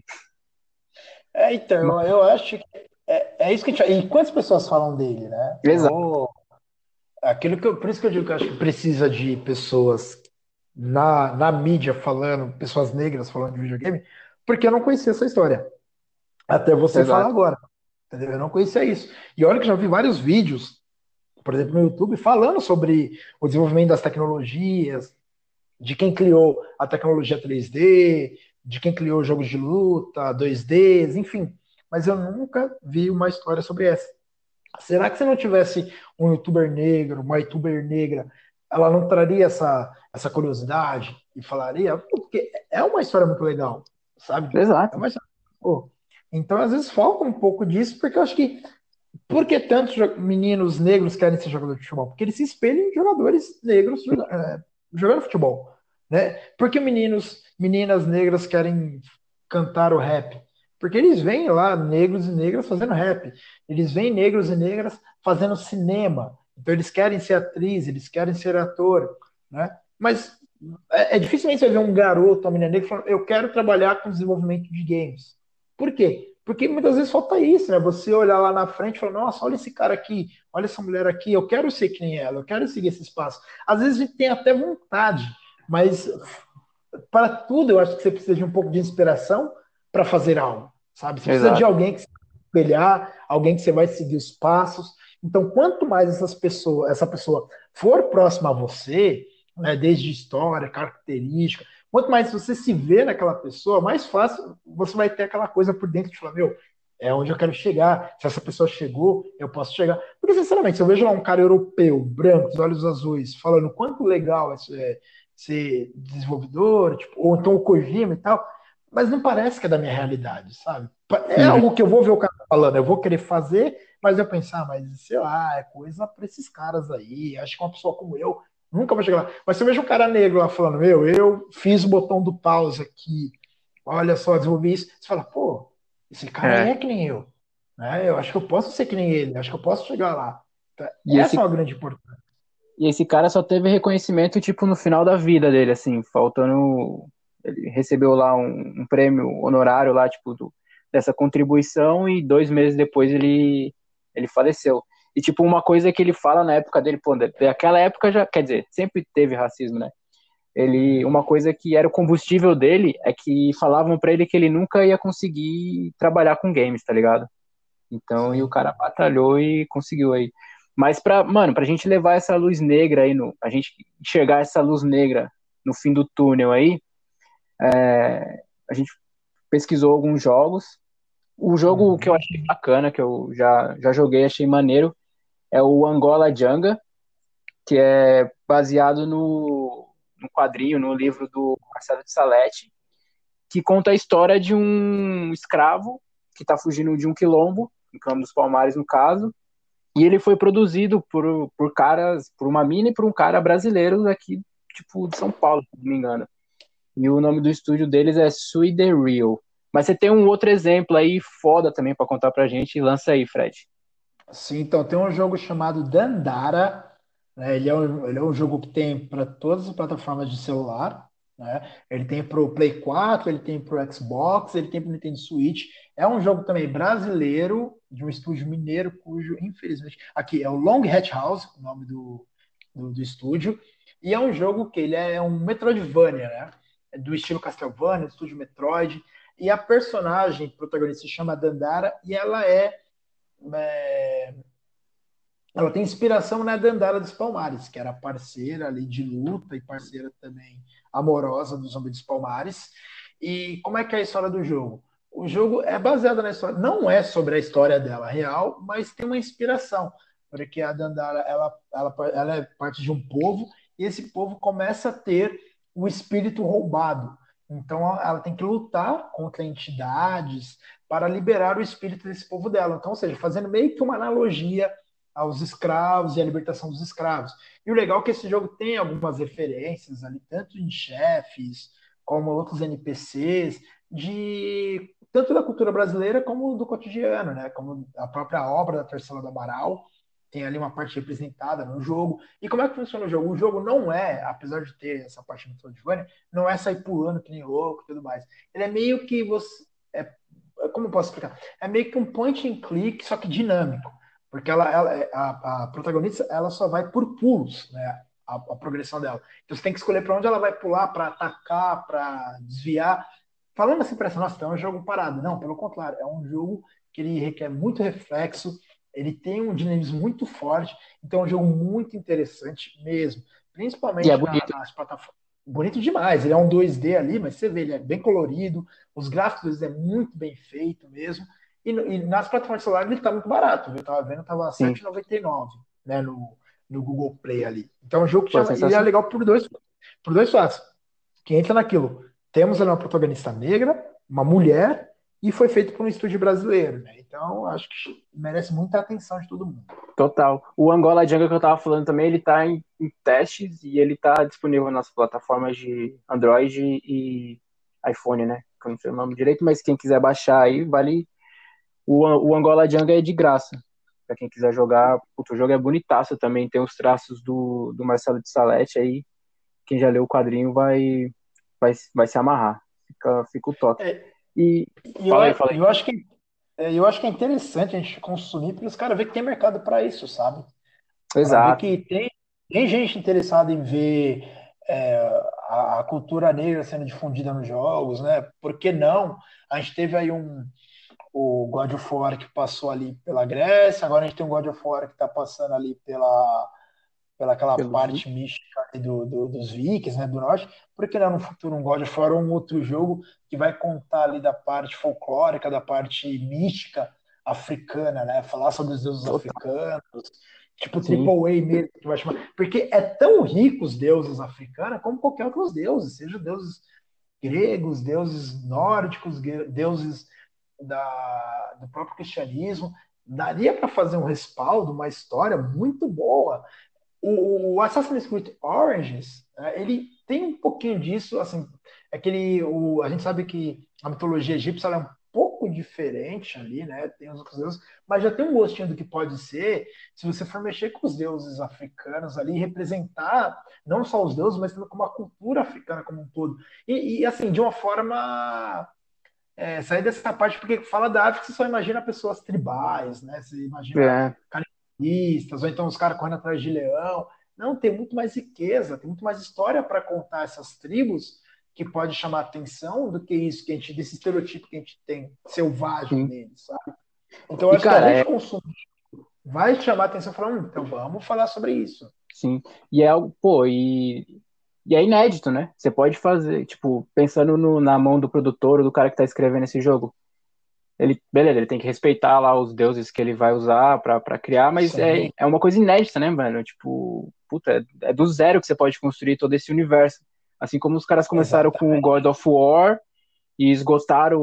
Então, eu acho que é isso que a gente. E quantas pessoas falam dele, né? Exato, Por isso que eu digo que eu acho que precisa de pessoas na mídia falando, pessoas negras falando de videogame, porque eu não conhecia essa história. Até você falar exato. agora. Entendeu? Eu não conhecia isso. E olha que já vi vários vídeos, por exemplo, no YouTube, falando sobre o desenvolvimento das tecnologias, de quem criou a tecnologia 3D, de quem criou jogos de luta, 2Ds, enfim. Mas eu nunca vi uma história sobre essa. Será que se não tivesse um youtuber negro, uma youtuber negra, ela não traria essa curiosidade e falaria? Pô, porque é uma história muito legal, sabe? É Exato. uma história. Pô. Então, às vezes, falta um pouco disso, porque eu acho que. Por que tantos meninos negros querem ser jogadores de futebol? Porque eles se espelham em jogadores negros jogando futebol. Né? Por que meninas negras querem cantar o rap? Porque eles veem lá negros e negras fazendo rap. Eles veem negros e negras fazendo cinema. Então eles querem ser atriz, eles querem ser ator. Né? Mas dificilmente você ver um garoto, uma menina negra falando, eu quero trabalhar com desenvolvimento de games. Por quê? Porque muitas vezes falta isso, né? Você olhar lá na frente e falar, nossa, olha esse cara aqui, olha essa mulher aqui, eu quero ser que nem ela, eu quero seguir esse espaço. Às vezes a gente tem até vontade, mas para tudo eu acho que você precisa de um pouco de inspiração para fazer algo, sabe? Você precisa de Exato. alguém que você vai espelhar, alguém que você vai seguir os passos. Então, quanto mais essa pessoa for próxima a você, né, desde história, característica, quanto mais você se vê naquela pessoa, mais fácil você vai ter aquela coisa por dentro de falar, meu, é onde eu quero chegar. Se essa pessoa chegou, eu posso chegar. Porque, sinceramente, se eu vejo lá um cara europeu, branco, os olhos azuis, falando quanto legal é ser desenvolvedor, tipo, ou então o Kojima e tal, mas não parece que é da minha realidade, sabe? É Uhum. algo que eu vou ver o cara falando, eu vou querer fazer, mas eu pensar, mas sei lá, é coisa para esses caras aí. Acho que uma pessoa como eu nunca vai chegar lá. Mas se eu vejo um cara negro lá falando, meu, eu fiz o botão do pause aqui, olha só, desenvolvi isso, você fala, pô, esse cara aí É. é que nem eu. Né? Eu acho que eu posso ser que nem ele, acho que eu posso chegar lá. Então, E essa é esse, uma grande importância. e esse cara só teve reconhecimento, tipo, no final da vida dele, assim, faltando. Ele recebeu lá um prêmio honorário lá, tipo, dessa contribuição, e 2 meses depois ele faleceu. E, tipo, uma coisa que ele fala na época dele, pô, daquela época já, quer dizer, sempre teve racismo, né? Uma coisa que era o combustível dele é que falavam pra ele que ele nunca ia conseguir trabalhar com games, tá ligado? Então, e o Sim. cara batalhou e conseguiu aí. Mas mano, pra gente levar essa luz negra aí, a gente enxergar essa luz negra no fim do túnel aí, a gente pesquisou alguns jogos. O jogo que eu Uhum. achei bacana, que eu já joguei, achei maneiro, é o Angola Janga, que é baseado no quadrinho, no livro do Marcelo de Salete, que conta a história de um escravo que está fugindo de um quilombo, no Quilombo dos Palmares, no caso, e ele foi produzido por caras, por uma mina e por um cara brasileiro aqui, tipo, de São Paulo, se não me engano. E o nome do estúdio deles é Sui The Real. Mas você tem um outro exemplo aí foda também para contar pra gente, lança aí, Fred. Sim, então tem um jogo chamado Dandara, né? Ele é um jogo que tem para todas as plataformas de celular, né? Ele tem para o Play 4, ele tem para o Xbox, ele tem para o Nintendo Switch. É um jogo também brasileiro, de um estúdio mineiro, cujo, infelizmente, aqui é o Long Hat House, o nome do estúdio, e é um jogo que ele é um Metroidvania, né? É do estilo Castlevania, do estúdio Metroid, e a personagem protagonista se chama Dandara, e é, ela tem inspiração na Dandara dos Palmares, que era parceira ali de luta e parceira também amorosa do Zumbi dos Palmares. E como é que é a história do jogo? O jogo é baseado na história, não é sobre a história dela real, mas tem uma inspiração. porque a Dandara ela é parte de um povo e esse povo começa a ter o espírito roubado. Então ela tem que lutar contra entidades para liberar o espírito desse povo dela. Então, ou seja, fazendo meio que uma analogia aos escravos e à libertação dos escravos. E o legal é que esse jogo tem algumas referências ali, tanto em chefes como outros NPCs, de tanto da cultura brasileira como do cotidiano, né? Como a própria obra da Tarsila do Amaral tem ali uma parte representada no jogo. E como é que funciona o jogo? O jogo não é, apesar de ter essa parte do Metroidvania, não é sair pulando que nem louco e tudo mais. Ele é meio que você. Como eu posso explicar? É meio que um point and click, só que dinâmico. Porque a protagonista ela só vai por pulos, né? A progressão dela. Então você tem que escolher para onde ela vai pular, para atacar, para desviar. Falando assim, parece, nossa, então é um jogo parado. Não, pelo contrário, é um jogo que ele requer muito reflexo, ele tem um dinamismo muito forte, então é um jogo muito interessante mesmo, E é principalmente bonito. nas plataformas. Bonito demais, ele é um 2D ali, mas você vê, ele é bem colorido, os gráficos é muito bem feito mesmo, e nas plataformas de celular ele tá muito barato, eu tava vendo, tava Sim, R$ 7,99, né, no Google Play ali. Então é um jogo que pô, chama, ele é sensacional. legal por dois fatos, que entra naquilo. Temos ali uma protagonista negra, uma mulher, e foi feito por um estúdio brasileiro, né? Então, acho que merece muita atenção de todo mundo. Total. O Angola Jungle que eu tava falando também, ele tá em testes e ele tá disponível nas plataformas de Android e iPhone, né? Que eu não sei o nome direito, mas quem quiser baixar aí, vale. O Angola Jungle é de graça. Pra quem quiser jogar, o jogo é bonitaço também, tem os traços do Marcelo de Salete aí. Quem já leu o quadrinho vai se amarrar. Fica o toque. É, E e eu, fala aí, fala aí. eu acho que eu acho que é interessante a gente consumir para os caras verem que tem mercado para isso, sabe? Para ver Exato. que tem gente interessada em ver é, a cultura negra sendo difundida nos jogos, né? Por que não? A gente teve aí o God of War que passou ali pela Grécia, agora a gente tem um God of War que está passando ali pela aquela Pelo vi. parte mística ali dos Vikings, né, do norte, por que não no futuro um God of War ou um outro jogo que vai contar ali da parte folclórica, da parte mística africana, né, falar sobre os deuses Total. africanos, tipo Sim. Triple A mesmo, que vai chamar, porque é tão rico os deuses africanos como qualquer outros deuses, seja deuses gregos, deuses nórdicos, deuses do próprio cristianismo, daria para fazer um respaldo, uma história muito boa. O Assassin's Creed Origins, ele tem um pouquinho disso, assim, a gente sabe que a mitologia egípcia ela é um pouco diferente ali, né? Tem os outros deuses, mas já tem um gostinho do que pode ser se você for mexer com os deuses africanos ali, representar não só os deuses, mas também como a cultura africana como um todo. Assim, de uma forma sair dessa parte, porque fala da África, você só imagina pessoas tribais, né? Você imagina É. canibalistas, ou então os caras correndo atrás de leão. Não, tem muito mais riqueza, tem muito mais história para contar essas tribos que pode chamar atenção do que isso, que a gente, desse estereotipo que a gente tem selvagem Sim. deles, sabe? Então, eu E, acho que a cara, gente consumir vai chamar atenção e falar, então vamos falar sobre isso. sim. E é algo, pô, e é inédito, né? Você pode fazer, tipo, pensando na mão do produtor ou do cara que tá escrevendo esse jogo. Beleza, ele tem que respeitar lá os deuses que ele vai usar pra criar, mas Sim, é uma coisa inédita, né, velho? Tipo, puta, é do zero que você pode construir todo esse universo. Assim como os caras começaram com o exatamente. God of War e esgotaram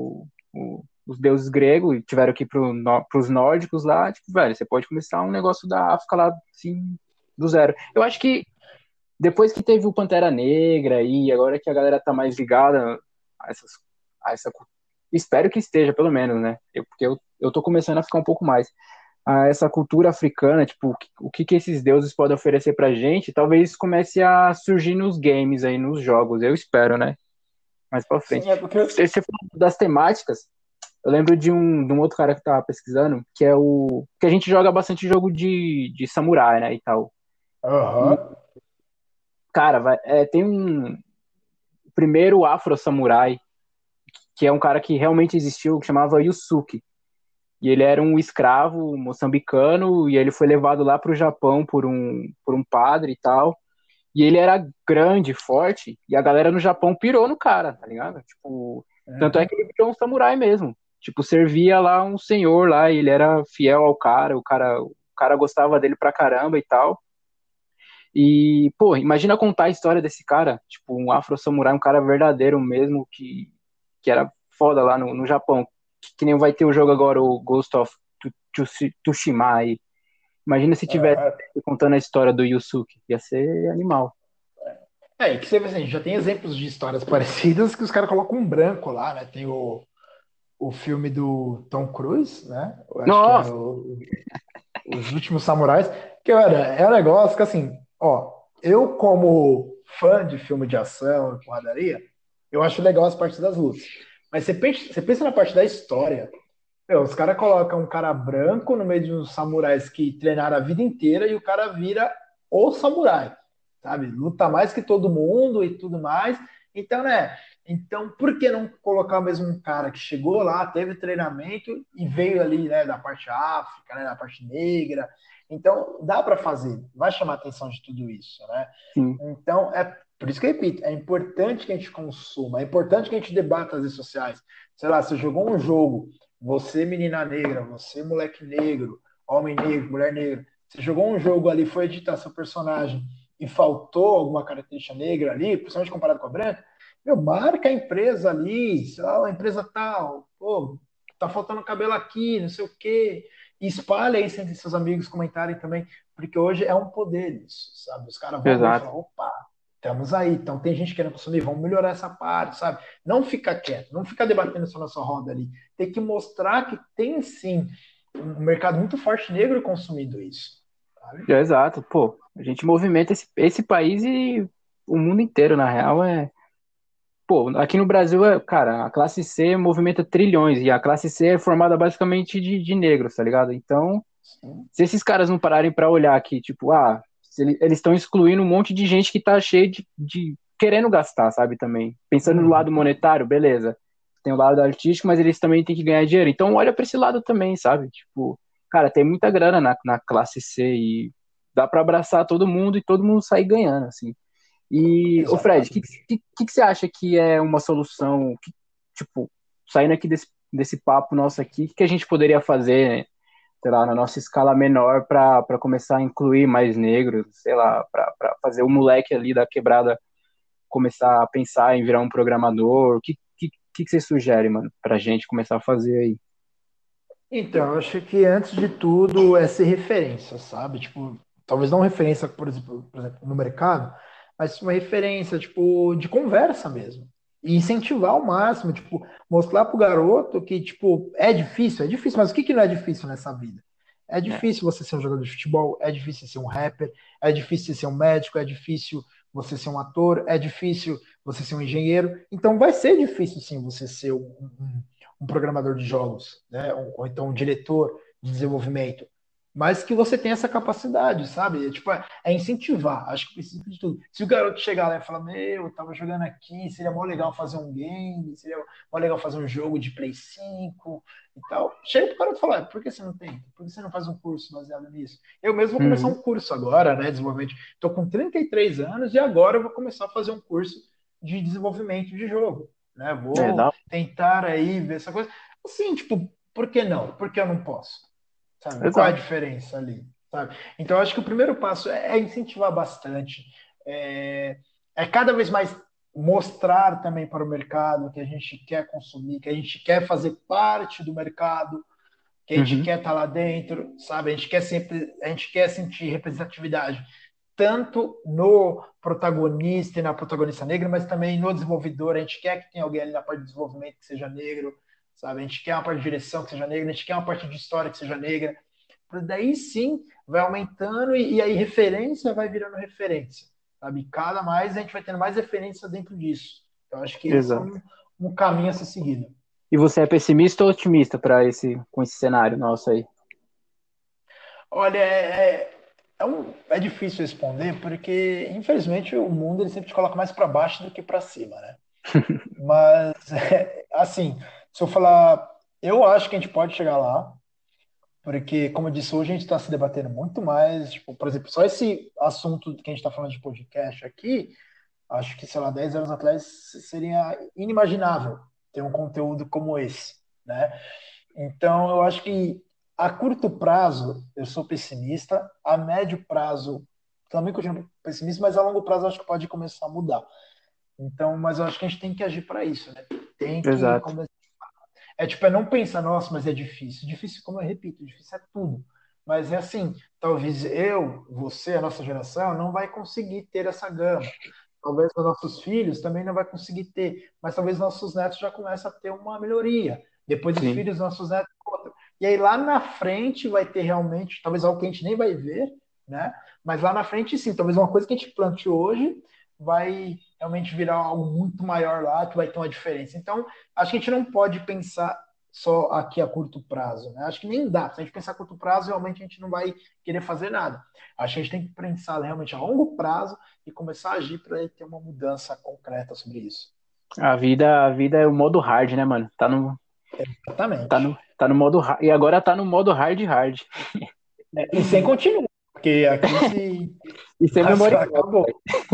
os deuses gregos e tiveram que ir pros nórdicos lá, tipo, velho, você pode começar um negócio da África lá, assim, do zero. Eu acho que depois que teve o Pantera Negra e agora que a galera tá mais ligada a essas, a essa, espero que esteja, pelo menos, né? Porque eu tô começando a ficar um pouco mais a essa cultura africana, tipo, o que esses deuses podem oferecer pra gente, talvez comece a surgir nos games aí, nos jogos, eu espero, né? Mais pra frente. Sim, é porque. Você falou das temáticas, eu lembro de um outro cara que tava pesquisando, que é que a gente joga bastante jogo de samurai, né, e tal. E, Aham. cara, tem um primeiro afro-samurai, que é um cara que realmente existiu, que chamava Yusuke. E ele era um escravo moçambicano, e ele foi levado lá pro Japão por um padre e tal. E ele era grande, forte, e a galera no Japão pirou no cara, tá ligado? Tipo, tanto é Uhum. que ele virou um samurai mesmo. Tipo, servia lá um senhor lá, e ele era fiel ao cara, o cara cara gostava dele pra caramba e tal. E, pô, imagina contar a história desse cara, tipo, um afro-samurai, um cara verdadeiro mesmo, que era foda lá no Japão. Que nem vai ter o jogo agora, o Ghost of Tsushima aí. Imagina se tivesse Aham. contando a história do Yusuke. Ia ser animal. E que você vê assim, já tem exemplos de histórias parecidas que os caras colocam um branco lá, né? Tem o filme do Tom Cruise, né? Eu acho que é Nossa! Os Últimos Samurais, que olha, é um negócio que assim, ó, eu como fã de filme de ação e porradaria, eu acho legal as partes das lutas. Mas você pensa na parte da história. Meu, os caras colocam um cara branco no meio de uns samurais que treinaram a vida inteira e o cara vira o samurai, sabe? Luta mais que todo mundo e tudo mais. Então, né? Então, por que não colocar mesmo um cara que chegou lá, teve treinamento e veio ali, né, da parte África, né, da parte negra? Então, dá para fazer, vai chamar a atenção de tudo isso, né? Sim, Então, é por isso que eu repito, é importante que a gente consuma, é importante que a gente debata as redes sociais. Sei lá, você jogou um jogo, você menina negra, você moleque negro, homem negro, mulher negra, você jogou um jogo ali, foi editar seu personagem e faltou alguma característica negra ali, principalmente comparado com a branca, meu, marca a empresa ali, sei lá, a empresa tal, pô, tá faltando cabelo aqui, não sei o quê, e espalha isso entre seus amigos, comentarem também, porque hoje é um poder isso, sabe? Os caras vão ver e exato. falar, opa, estamos aí, então tem gente querendo consumir, vamos melhorar essa parte, sabe? Não ficar quieto, não ficar debatendo só na sua roda ali, tem que mostrar que tem sim um mercado muito forte negro consumindo isso, sabe? Exato, pô. A gente movimenta esse país e o mundo inteiro, na real, é. Pô, aqui no Brasil, cara, a classe C movimenta trilhões e a classe C é formada basicamente de negros, tá ligado? Então, Sim. se esses caras não pararem pra olhar aqui, tipo, se eles estão excluindo um monte de gente que tá cheio de querendo gastar, sabe, também. Pensando no lado Uhum. monetário, beleza. Tem o lado artístico, mas eles também têm que ganhar dinheiro. Então, olha pra esse lado também, sabe? Tipo, cara, tem muita grana na classe C e dá pra abraçar todo mundo e todo mundo sair ganhando, assim. E, ô Fred, o Exatamente. que você acha que é uma solução, tipo, saindo aqui desse papo nosso aqui, o que a gente poderia fazer, né, sei lá, na nossa escala menor para começar a incluir mais negros, sei lá, para fazer o moleque ali da quebrada começar a pensar em virar um programador? O que você sugere, mano, pra gente começar a fazer aí? Então, eu acho que antes de tudo é ser referência, sabe? Tipo, talvez não referência, por exemplo, no mercado, mas uma referência, tipo, de conversa mesmo. E incentivar ao máximo, tipo, mostrar pro garoto que, tipo, é difícil, mas o que que não é difícil nessa vida? É É, difícil você ser um jogador de futebol, é difícil ser um rapper, é difícil ser um médico, é difícil você ser um ator, é difícil você ser um engenheiro. Então vai ser difícil sim você ser um programador de jogos, né? Ou então um diretor de desenvolvimento, mas que você tem essa capacidade, sabe? É incentivar, acho que precisa de tudo. Se o garoto chegar lá e falar, meu, eu tava jogando aqui, seria mó legal fazer um game, seria mó legal fazer um jogo de Play 5 e tal. Chega pro garoto e fala, por que você não tenta? Por que você não faz um curso baseado nisso? Eu mesmo vou começar uhum, um curso agora, né? Desenvolvimento. Tô com 33 anos e agora eu vou começar a fazer um curso de desenvolvimento de jogo, né? Vou dá, tentar aí ver essa coisa. Assim, tipo, por que não? Por que eu não posso? Sabe? Qual é a exato. diferença ali? Sabe? Então, eu acho que o primeiro passo é incentivar bastante, é cada vez mais mostrar também para o mercado que a gente quer consumir, que a gente quer fazer parte do mercado, que a gente Uhum, quer estar lá dentro, sabe? A gente quer sempre, a gente quer sentir representatividade tanto no protagonista e na protagonista negra, mas também no desenvolvedor. A gente quer que tenha alguém ali na parte de desenvolvimento que seja negro, sabe? A gente quer uma parte de direção que seja negra, a gente quer uma parte de história que seja negra. Daí sim vai aumentando e aí referência vai virando referência, sabe? Cada mais a gente vai tendo mais referência dentro disso. Eu acho que esse é exato. um caminho a ser seguido. E você é pessimista ou otimista para com esse cenário nosso aí? Olha, é difícil responder porque, infelizmente, o mundo ele sempre te coloca mais para baixo do que para cima, né? Mas, assim, se eu falar, eu acho que a gente pode chegar lá, porque, como eu disse, hoje a gente está se debatendo muito mais. Tipo, por exemplo, só esse assunto que a gente está falando de podcast aqui, acho que, sei lá, 10 anos atrás seria inimaginável ter um conteúdo como esse, né? Então, eu acho que A curto prazo, eu sou pessimista. A médio prazo, também continuo pessimista, mas a longo prazo eu acho que pode começar a mudar. Então, mas eu acho que a gente tem que agir para isso, né? Tem que Exato. começar. É tipo, é não pensar, nossa, mas é difícil. Difícil, como eu repito, difícil é tudo. Mas é assim, talvez eu, você, a nossa geração, não vai conseguir ter essa gama. Talvez os nossos filhos também não vai conseguir ter, mas talvez nossos netos já comecem a ter uma melhoria. Depois os Sim. filhos, nossos netos, outra. E aí lá na frente vai ter realmente, talvez algo que a gente nem vai ver, né? Mas lá na frente sim, talvez uma coisa que a gente plante hoje vai realmente virar algo muito maior lá, que vai ter uma diferença. Então, acho que a gente não pode pensar só aqui a curto prazo, né? Acho que nem dá. Se a gente pensar a curto prazo, realmente a gente não vai querer fazer nada. Acho que a gente tem que pensar realmente a longo prazo e começar a agir para ter uma mudança concreta sobre isso. A vida é o modo hard, né, mano? Exatamente. Tá no modo hard. E agora tá no modo hard hard. E sem continuar, porque aqui se E sem memory card. acabou.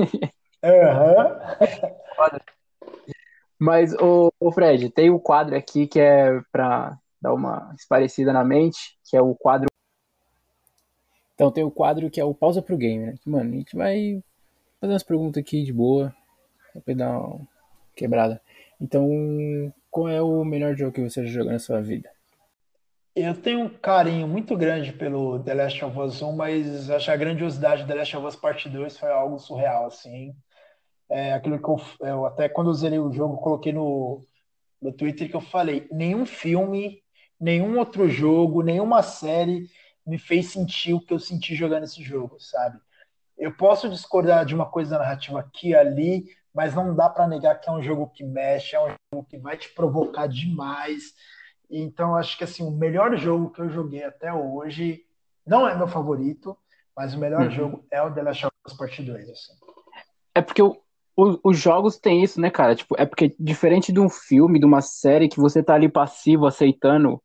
Aham. Mas, ô Fred, tem o quadro aqui que é pra dar uma esparecida na mente, que é o quadro. Então tem o quadro que é o pausa pro game, né? Mano, a gente vai fazer umas perguntas aqui de boa, pra dar uma quebrada. Então, qual é o melhor jogo que você já jogou na sua vida? Eu tenho um carinho muito grande pelo The Last of Us 1, mas acho que a grandiosidade do The Last of Us Parte 2 foi algo surreal, assim. É aquilo que eu até quando eu zerei o jogo, coloquei no Twitter que eu falei, nenhum filme, nenhum outro jogo, nenhuma série me fez sentir o que eu senti jogando esse jogo, sabe? Eu posso discordar de uma coisa narrativa aqui e ali, mas não dá para negar que é um jogo que mexe, é um jogo que vai te provocar demais. Então, acho que assim, o melhor jogo que eu joguei até hoje, não é meu favorito, mas o melhor Uhum. jogo é o The Last of Us Part 2, assim. É porque os jogos têm isso, né, cara? Tipo, é porque diferente de um filme, de uma série que você tá ali passivo, aceitando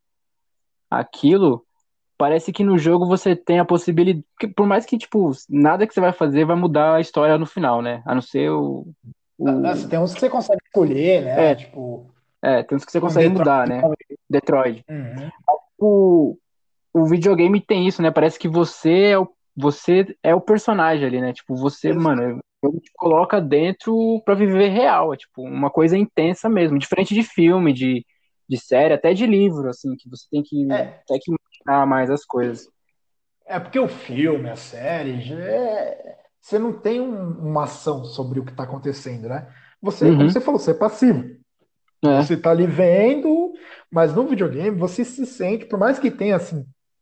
aquilo, parece que no jogo você tem a possibilidade. Por mais que, tipo, nada que você vai fazer vai mudar a história no final, né? A não ser Nossa, o... tem uns que você consegue escolher, É, né? Tipo, tem uns que você um consegue Detroit mudar, né? Become. Detroit. Uhum. O, o videogame tem isso, né? Parece que você é o personagem ali, né? Tipo, você, mano, ele te coloca dentro pra viver real. É tipo uma coisa intensa mesmo. Diferente de filme, de série, até de livro, assim, que você É, tem que imaginar mais as coisas. é porque o filme, a série, você não tem uma ação sobre o que está acontecendo, né? Você, como Uhum, você falou, você é passivo. é, Você está ali vendo, mas no videogame você se sente, por mais que tenha assim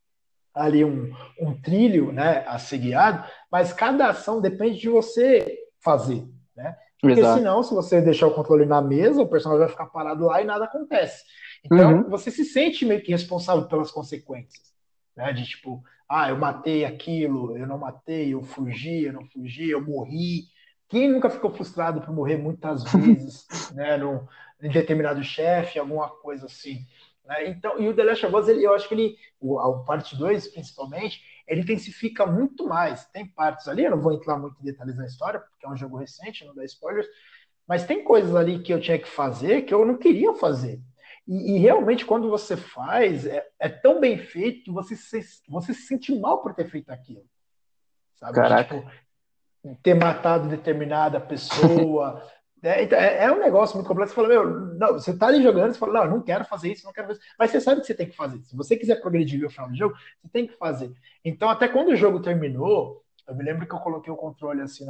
ali um trilho, né, a ser guiado, mas cada ação depende de você fazer, né? Porque exato. senão, se você deixar o controle na mesa, o personagem vai ficar parado lá e nada acontece. Então, Uhum, você se sente meio que responsável pelas consequências, né? De tipo, ah, eu matei aquilo, eu não matei, eu fugi, eu não fugi, eu morri. Quem nunca ficou frustrado por morrer muitas vezes, né, em determinado chefe, alguma coisa assim, né? Então, e o The Last of Us, eu acho que a parte 2 principalmente, ele intensifica muito mais. Tem partes ali, eu não vou entrar muito em detalhes na história, porque é um jogo recente, não dá spoilers, mas tem coisas ali que eu tinha que fazer que eu não queria fazer. E realmente, quando você faz, é tão bem feito que você se sente mal por ter feito aquilo, sabe? De, caraca. tipo, ter matado determinada pessoa. Então, é um negócio muito complexo. Você fala, meu, não, você tá ali jogando, você fala, não, eu não quero fazer isso, não quero fazer isso. Mas você sabe que você tem que fazer. Se você quiser progredir no final do jogo, você tem que fazer. Então, até quando o jogo terminou, eu me lembro que eu coloquei o controle assim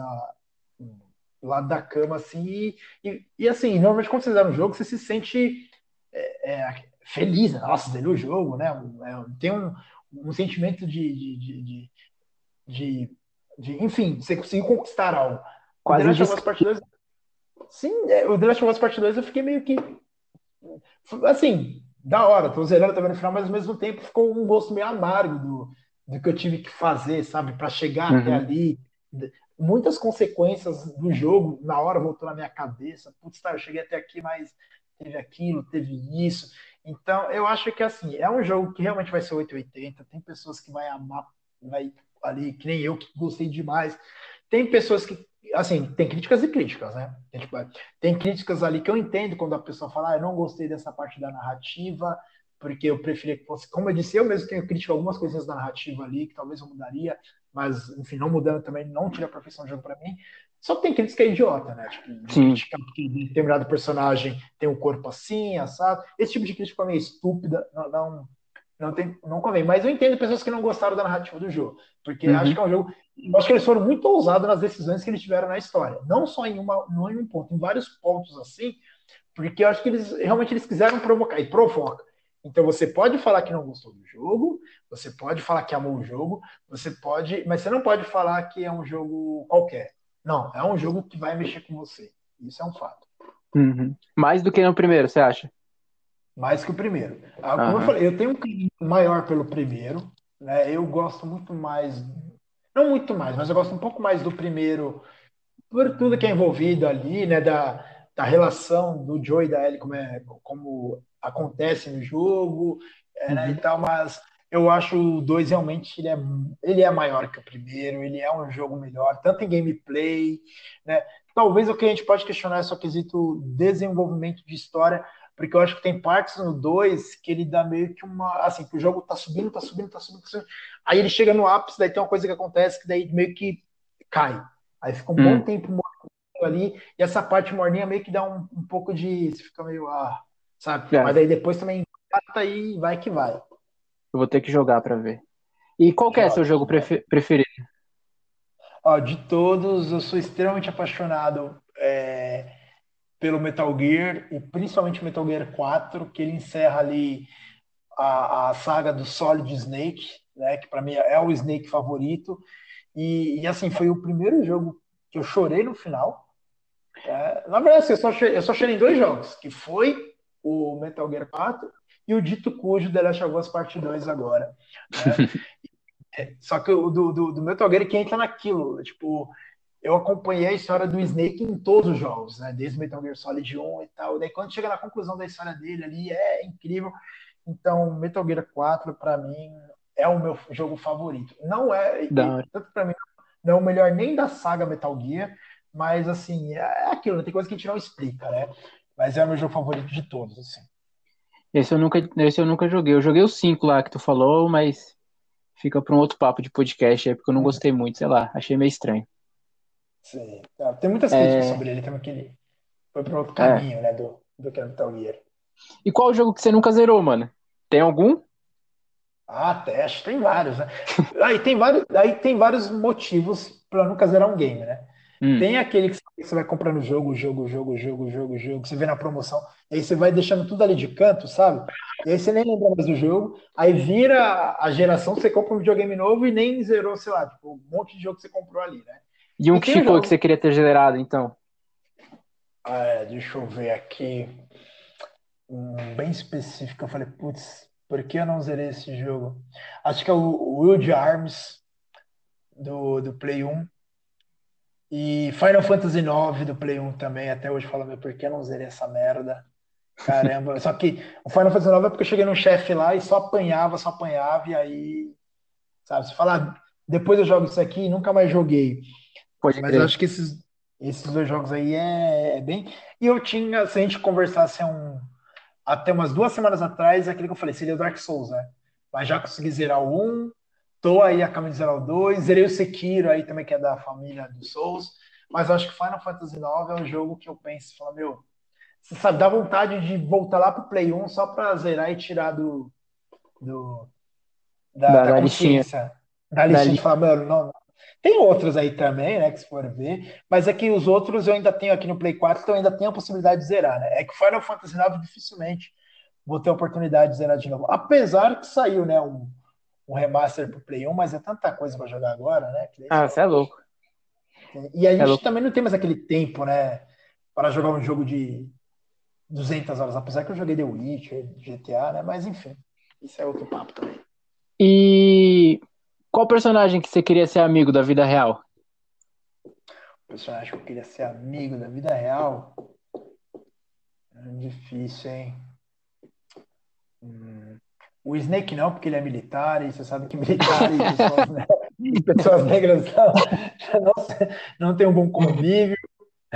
do lado da cama, assim, e assim, normalmente quando você zera um jogo, você se sente feliz, né? Nossa, zerou o jogo, né? Tem um sentimento de, enfim, você conseguiu conquistar algo. O The Quase Last of disse. Us Part 2, sim, o The Last of Us Part 2 eu fiquei meio que, assim, da hora, tô zerando também no final, mas ao mesmo tempo ficou um gosto meio amargo do que eu tive que fazer, sabe, para chegar até Uhum. ali. Muitas consequências do jogo, na hora voltou na minha cabeça, putz, tá, eu cheguei até aqui, mas teve aquilo, teve isso. Então, eu acho que, assim, é um jogo que realmente vai ser 880, tem pessoas que vai amar, vai ali, que nem eu, que gostei demais. Tem pessoas que, assim, tem críticas e críticas, né? Tem críticas ali que eu entendo quando a pessoa fala, ah, eu não gostei dessa parte da narrativa, porque eu preferia que fosse, como eu disse, eu mesmo tenho crítica a algumas coisinhas da narrativa ali, que talvez eu mudaria, mas, enfim, não mudando também, não tira a perfeição do jogo pra mim. Só que tem crítica que é idiota, né? Tipo, de Sim. criticar porque determinado personagem tem um corpo assim, assado. Esse tipo de crítica pra mim é estúpida, não convém. Mas eu entendo pessoas que não gostaram da narrativa do jogo, porque acho Uhum. que é um jogo. Eu acho que eles foram muito ousados nas decisões que eles tiveram na história. Não só não em um ponto, em vários pontos assim, porque eu acho que eles quiseram provocar e provoca. Então você pode falar que não gostou do jogo, você pode falar que amou o jogo, você pode, mas você não pode falar que é um jogo qualquer. Não, é um jogo que vai mexer com você. Isso é um fato. Uhum. Mais do que no primeiro, você acha? Mais que o primeiro. Como eu Aham. falei, eu tenho um carinho maior pelo primeiro, né? Eu gosto muito mais, não muito mais, mas eu gosto um pouco mais do primeiro por tudo que é envolvido ali, né? Da relação do Joe e da Ellie, como acontece no jogo, né, e Uhum. tal, mas eu acho o 2 realmente ele é maior que o primeiro, ele é um jogo melhor, tanto em gameplay, né? Talvez o que a gente pode questionar é só quesito desenvolvimento de história, porque eu acho que tem partes no 2 que ele dá meio que assim, que o jogo tá subindo, tá subindo, tá subindo, tá subindo. Aí ele chega no ápice, daí tem uma coisa que acontece que daí meio que cai. Aí fica um bom Hum. tempo ali, e essa parte morninha meio que dá um pouco de. Você fica meio, sabe? Mas É, aí depois também engata e vai que vai. eu vou ter que jogar pra ver. E qual que é seu Joga, jogo joga. preferido? Ó, de todos, eu sou extremamente apaixonado pelo Metal Gear, e principalmente o Metal Gear 4, que ele encerra ali a saga do Solid Snake, né? Que para mim é o Snake favorito. E assim, foi o primeiro jogo que eu chorei no final. Na verdade, assim, eu só chorei em dois jogos, que foi o Metal Gear 4 e o dito cujo The Last of Us Part 2 agora, né? Só que o do Metal Gear que entra naquilo, tipo, eu acompanhei a história do Snake em todos os jogos, né? Desde o Metal Gear Solid 1 e tal. Daí quando chega na conclusão da história dele ali, é incrível. Então, Metal Gear 4 para mim é o meu jogo favorito. Não é, Da hora. tanto para mim não é o melhor nem da saga Metal Gear, mas assim, é aquilo, né? Tem coisa que a gente não explica, né? Mas é o meu jogo favorito de todos, assim. Esse eu nunca joguei. Eu joguei o 5 lá que tu falou, mas fica pra um outro papo de podcast aí, porque eu não gostei muito, sei lá, achei meio estranho. Sim. Tem muitas críticas É, sobre ele também, que ele foi para outro é. caminho, né, do que é Metal Gear. E qual o jogo que você nunca zerou, mano? Tem algum? Teste, tem vários, né? Aí tem vários motivos para nunca zerar um game, né? Hum. Tem aquele que você vai comprando jogo, que você vê na promoção, e aí você vai deixando tudo ali de canto, sabe? E aí você nem lembra mais do jogo, aí vira a geração, você compra um videogame novo e nem zerou, sei lá, tipo, um monte de jogo que você comprou ali, né? E um E que tem os ficou que jogos. você queria ter zerado, então? Deixa eu ver aqui, bem específico. Eu falei, putz, por que eu não zerei esse jogo? Acho que é o Wild Arms do Play 1. E Final Fantasy IX do Play 1 também, até hoje fala, meu, por que eu não zerei essa merda? Caramba. Só que o Final Fantasy IX é porque eu cheguei num chefe lá e só apanhava, e aí, sabe, você fala, depois eu jogo isso aqui e nunca mais joguei. Pode Mas eu crer. acho que esses dois jogos aí é bem. E eu tinha, se a gente conversasse até umas 2 semanas atrás, aquele que eu falei, seria o Dark Souls, né? Mas já consegui zerar o 1, tô aí a caminho de zerar o 2, zerei o Sekiro aí também, que é da família do Souls, mas eu acho que Final Fantasy IX é um jogo que eu penso, fala, meu, você sabe, dá vontade de voltar lá pro Play 1 só pra zerar e tirar do, Da, da da listinha. consciência, da Da listinha de li... falar, mano, não. Tem outros aí também, né, que se for ver, mas é que os outros eu ainda tenho aqui no Play 4, então eu ainda tenho a possibilidade de zerar, né? É que o Final Fantasy IX dificilmente vou ter a oportunidade de zerar de novo. Apesar que saiu, né, um remaster pro Play 1, mas é tanta coisa para jogar agora, né? Que daí você Ah, fala, você é poxa. louco. E a É gente louco. também não tem mais aquele tempo, né, para jogar um jogo de 200 horas, apesar que eu joguei The Witcher, GTA, né? Mas enfim, isso é outro papo também. E qual personagem que você queria ser amigo da vida real? O personagem que eu queria ser amigo da vida real, difícil, hein? Hum, O Snake não, porque ele é militar, e você sabe que militar e pessoas, né, e pessoas negras não tem um bom convívio.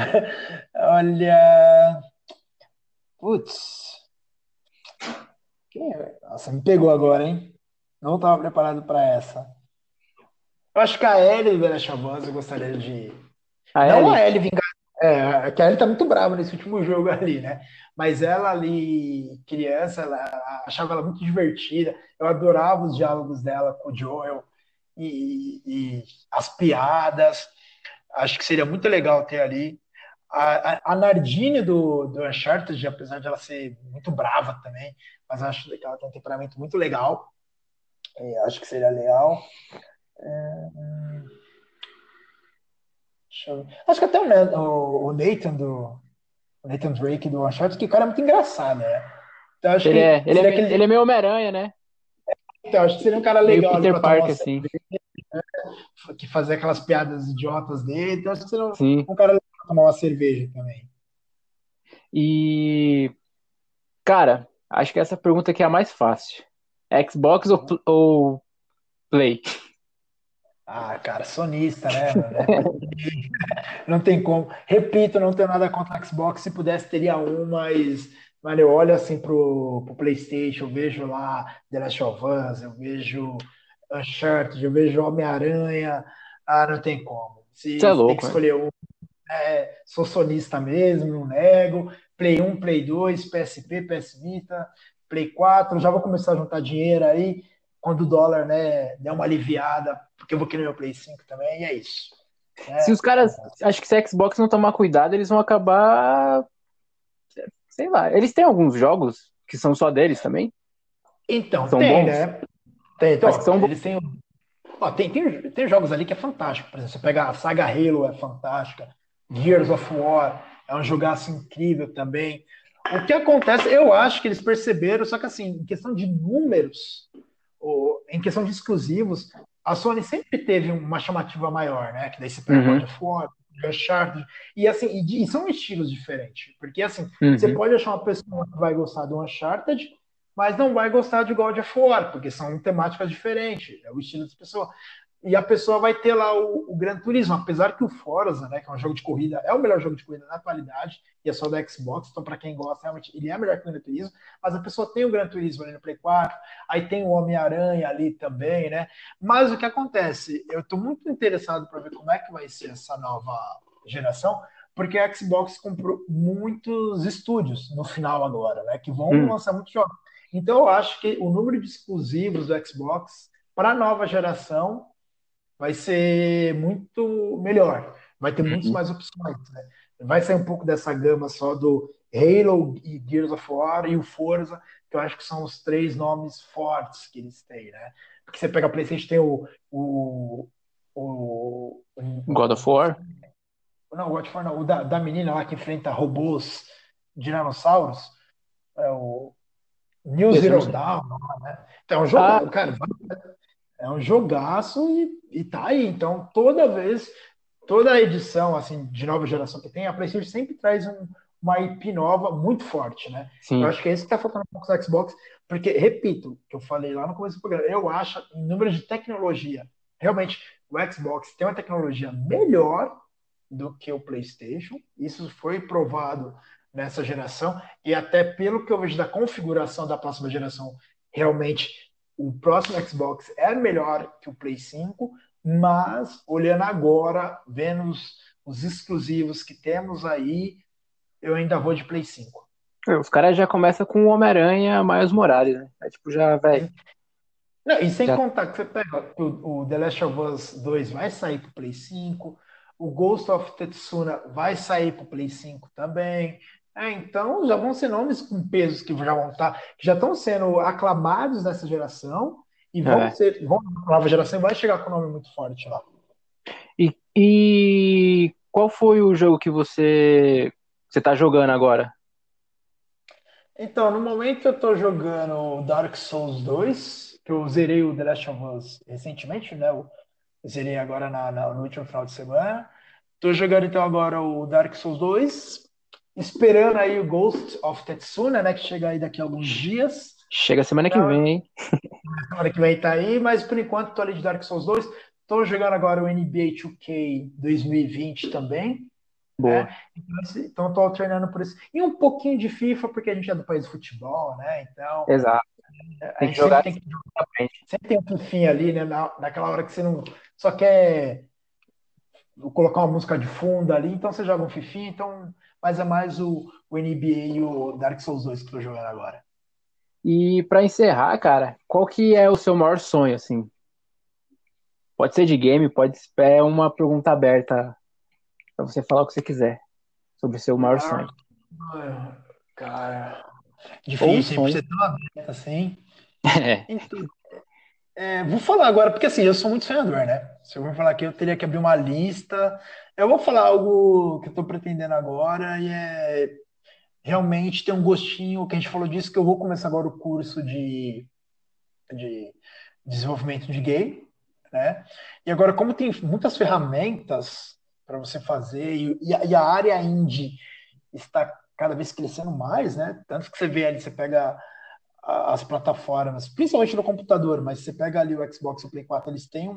Olha, putz, Nossa, me pegou agora, hein? Não estava preparado para essa. Eu acho que a Ellie do The Last of Us eu gostaria de. A Não a Ellie? Ellie vingar. É, que a Ellie tá muito brava nesse último jogo ali, né? Mas ela ali, criança, achava ela muito divertida. Eu adorava os diálogos dela com o Joel e as piadas. Acho que seria muito legal ter ali. A Nardine do Uncharted, apesar de ela ser muito brava também, mas acho que ela tem um temperamento muito legal. Acho que seria legal. Acho que até o Nathan Drake do Uncharted, que o cara é muito engraçado, né? Então acho Ele que é, ele é, seria ele aquele. é meio Homem-Aranha, né? Então, acho que seria um cara Meio legal ali Peter pra tomar uma Parker, assim. cerveja, que fazer aquelas piadas idiotas dele. Então, acho que seria Sim. um cara legal pra tomar uma cerveja também. E, cara, acho que essa pergunta aqui é a mais fácil. Xbox ou Play? Ah, cara, sonista, né, mano? Não tem como. Repito, não tenho nada contra a Xbox. Se pudesse, teria um, mas, mano, eu olho assim pro PlayStation, eu vejo lá The Last of Us, eu vejo Uncharted, eu vejo Homem-Aranha. Ah, não tem como. Você é Se tem que louco, né? escolher um, sou sonista mesmo, não nego. Play 1, Play 2, PSP, PS Vita, Play 4. Já vou começar a juntar dinheiro aí quando o dólar, né, der uma aliviada, porque eu vou querer meu Play 5 também, e é isso. Se Né? os caras, acho que se a Xbox não tomar cuidado, eles vão acabar, sei lá. Eles têm alguns jogos que são só deles também, Então, são tem, bons, né? Tem, mas que então, são bons. eles têm. Ó, tem jogos ali que é fantástico. Por exemplo, você pega a saga Halo, é fantástica. Gears of War é um jogaço incrível também. O que acontece, eu acho que eles perceberam, só que assim, em questão de números, ou em questão de exclusivos, a Sony sempre teve uma chamativa maior, né? Que daí você pega God Uhum, of War, Uncharted, e assim, e são estilos diferentes. Porque assim, você uhum. pode achar uma pessoa que vai gostar do Uncharted, mas não vai gostar de God of War, porque são temáticas diferentes, é o estilo das pessoas. E a pessoa vai ter lá o Gran Turismo, apesar que o Forza, né, que é um jogo de corrida, é o melhor jogo de corrida na atualidade, e é só da Xbox, então para quem gosta, realmente ele é melhor que o Gran Turismo, mas a pessoa tem o Gran Turismo ali no Play 4, aí tem o Homem-Aranha ali também, né? Mas o que acontece? Eu estou muito interessado para ver como é que vai ser essa nova geração, porque a Xbox comprou muitos estúdios no final agora, né, que vão Hum. lançar muitos jogos. Então eu acho que o número de exclusivos do Xbox para a nova geração vai ser muito melhor. Vai ter muitas Uhum. mais opções, né? Vai sair um pouco dessa gama só do Halo e Gears of War e o Forza, que eu acho que são os três nomes fortes que eles têm, né? Porque você pega a PlayStation, tem God of War? não, o God of War não, o da menina lá que enfrenta robôs, dinossauros, é o New Esse eu não Zero sei. Dawn, né? Então, é um Ah, jogo, cara, é um jogaço e tá aí. Então, toda vez, toda edição assim de nova geração que tem, a PlayStation sempre traz uma IP nova muito forte, né? Eu sim. acho que é isso que tá faltando um pouco no Xbox, porque, repito, que eu falei lá no começo do programa, eu acho, em número de tecnologia, realmente, o Xbox tem uma tecnologia melhor do que o PlayStation. Isso foi provado nessa geração, e até pelo que eu vejo da configuração da próxima geração, realmente o próximo Xbox é melhor que o Play 5, mas olhando agora, vendo os exclusivos que temos aí, eu ainda vou de Play 5. Os caras já começam com o Homem-Aranha Miles Morales, né? É tipo, já, velho, Não, e sem já. contar que você pega o The Last of Us 2 vai sair para o Play 5, o Ghost of Tsushima vai sair para o Play 5 também. Então já vão ser nomes com pesos que já vão estar, que já estão sendo aclamados nessa geração e É. a nova geração vai chegar com um nome muito forte lá. E qual foi o jogo que você tá jogando agora? Então, no momento eu tô jogando Dark Souls 2, que eu zerei o The Last of Us recentemente, né? Eu zerei agora no último final de semana. Tô jogando então agora o Dark Souls 2, esperando aí o Ghost of Tetsuna, né? Que chega aí daqui a alguns dias. Chega semana que vem, hein? Semana que vem tá aí, mas por enquanto tô ali de Dark Souls 2. Tô jogando agora o NBA 2K 2020 também, Boa. né? Então tô alternando por isso. E um pouquinho de FIFA, porque a gente é do país do futebol, né? Então Exato. A Tem que gente sempre jogar tem que pra frente. sempre tem um fifinho ali, né? Naquela hora que você não só quer colocar uma música de fundo ali, então você joga um fifinho, então, mas é mais o NBA e o Dark Souls 2 que eu tô jogando agora. E pra encerrar, cara, qual que é o seu maior sonho, assim? Pode ser de game, pode ser é uma pergunta aberta pra você falar o que você quiser sobre o seu maior Maior sonho. sonho, cara, Ou um difícil, hein? Por sonho. ser tão aberto assim. Então, vou falar agora, porque assim, eu sou muito sonhador, né? Se eu for falar aqui, eu teria que abrir uma lista. Eu vou falar algo que eu tô pretendendo agora e é realmente ter um gostinho, que a gente falou disso, que eu vou começar agora o curso de desenvolvimento de game, né? E agora, como tem muitas ferramentas para você fazer, e a área indie está cada vez crescendo mais, né? Tanto que você vê ali, você pega as plataformas, principalmente no computador, mas você pega ali o Xbox e o Play 4, eles têm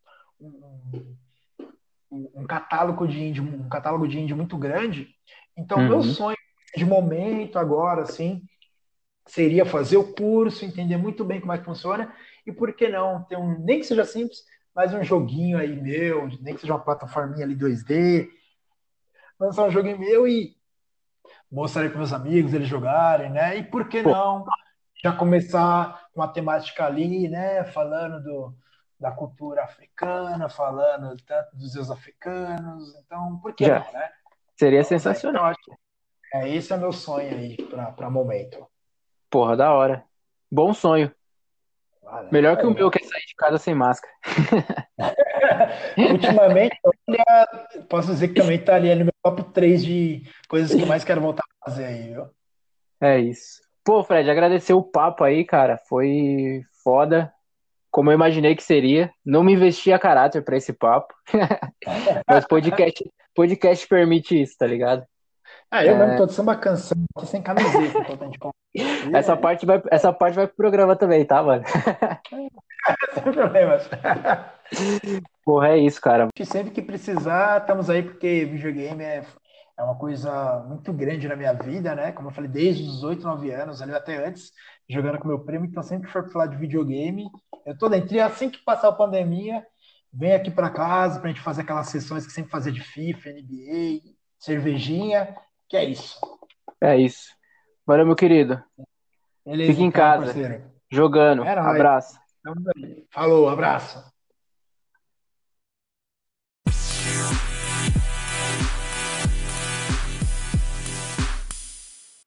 um, um catálogo de indie muito grande. Então, meu Uhum. sonho de momento agora, assim, seria fazer o curso, entender muito bem como é que funciona e por que não ter nem que seja simples, mas um joguinho aí meu, nem que seja uma plataforminha ali 2D, lançar um joguinho meu e mostrar aí para meus amigos, eles jogarem, né? E por que Pô, não já começar com a temática ali, né? Falando da cultura africana, falando tanto dos deuses africanos, então por que já não, né? seria Vamos aí. sensacional. Então, acho que esse é meu sonho aí para momento. Porra, da hora. Bom sonho. Valeu, Melhor que o aí, meu, ó. que é sair de casa sem máscara. Ultimamente, olha, posso dizer que também tá ali no meu top 3 de coisas que eu mais quero voltar a fazer aí, viu? É isso. Pô, Fred, agradecer o papo aí, cara. Foi foda, como eu imaginei que seria. Não me investi a caráter pra esse papo, mas podcast permite isso, tá ligado? Ah, eu mesmo tô de samba canção, aqui sem camiseta, enquanto a gente conversa aqui, Essa parte vai pro programa também, tá, mano? sem problemas. Porra, é isso, cara. E sempre que precisar, estamos aí, porque videogame é uma coisa muito grande na minha vida, né? Como eu falei, desde os 8, 9 anos, ali até antes, jogando com meu primo, então sempre que for falar de videogame, eu tô dentro. E assim que passar a pandemia, vem aqui para casa pra gente fazer aquelas sessões que sempre fazia de FIFA, NBA, cervejinha, que é isso. É isso. Valeu, meu querido. Beleza, Fique em então, casa, parceiro. jogando. É nóis. Abraço. Falou, abraço.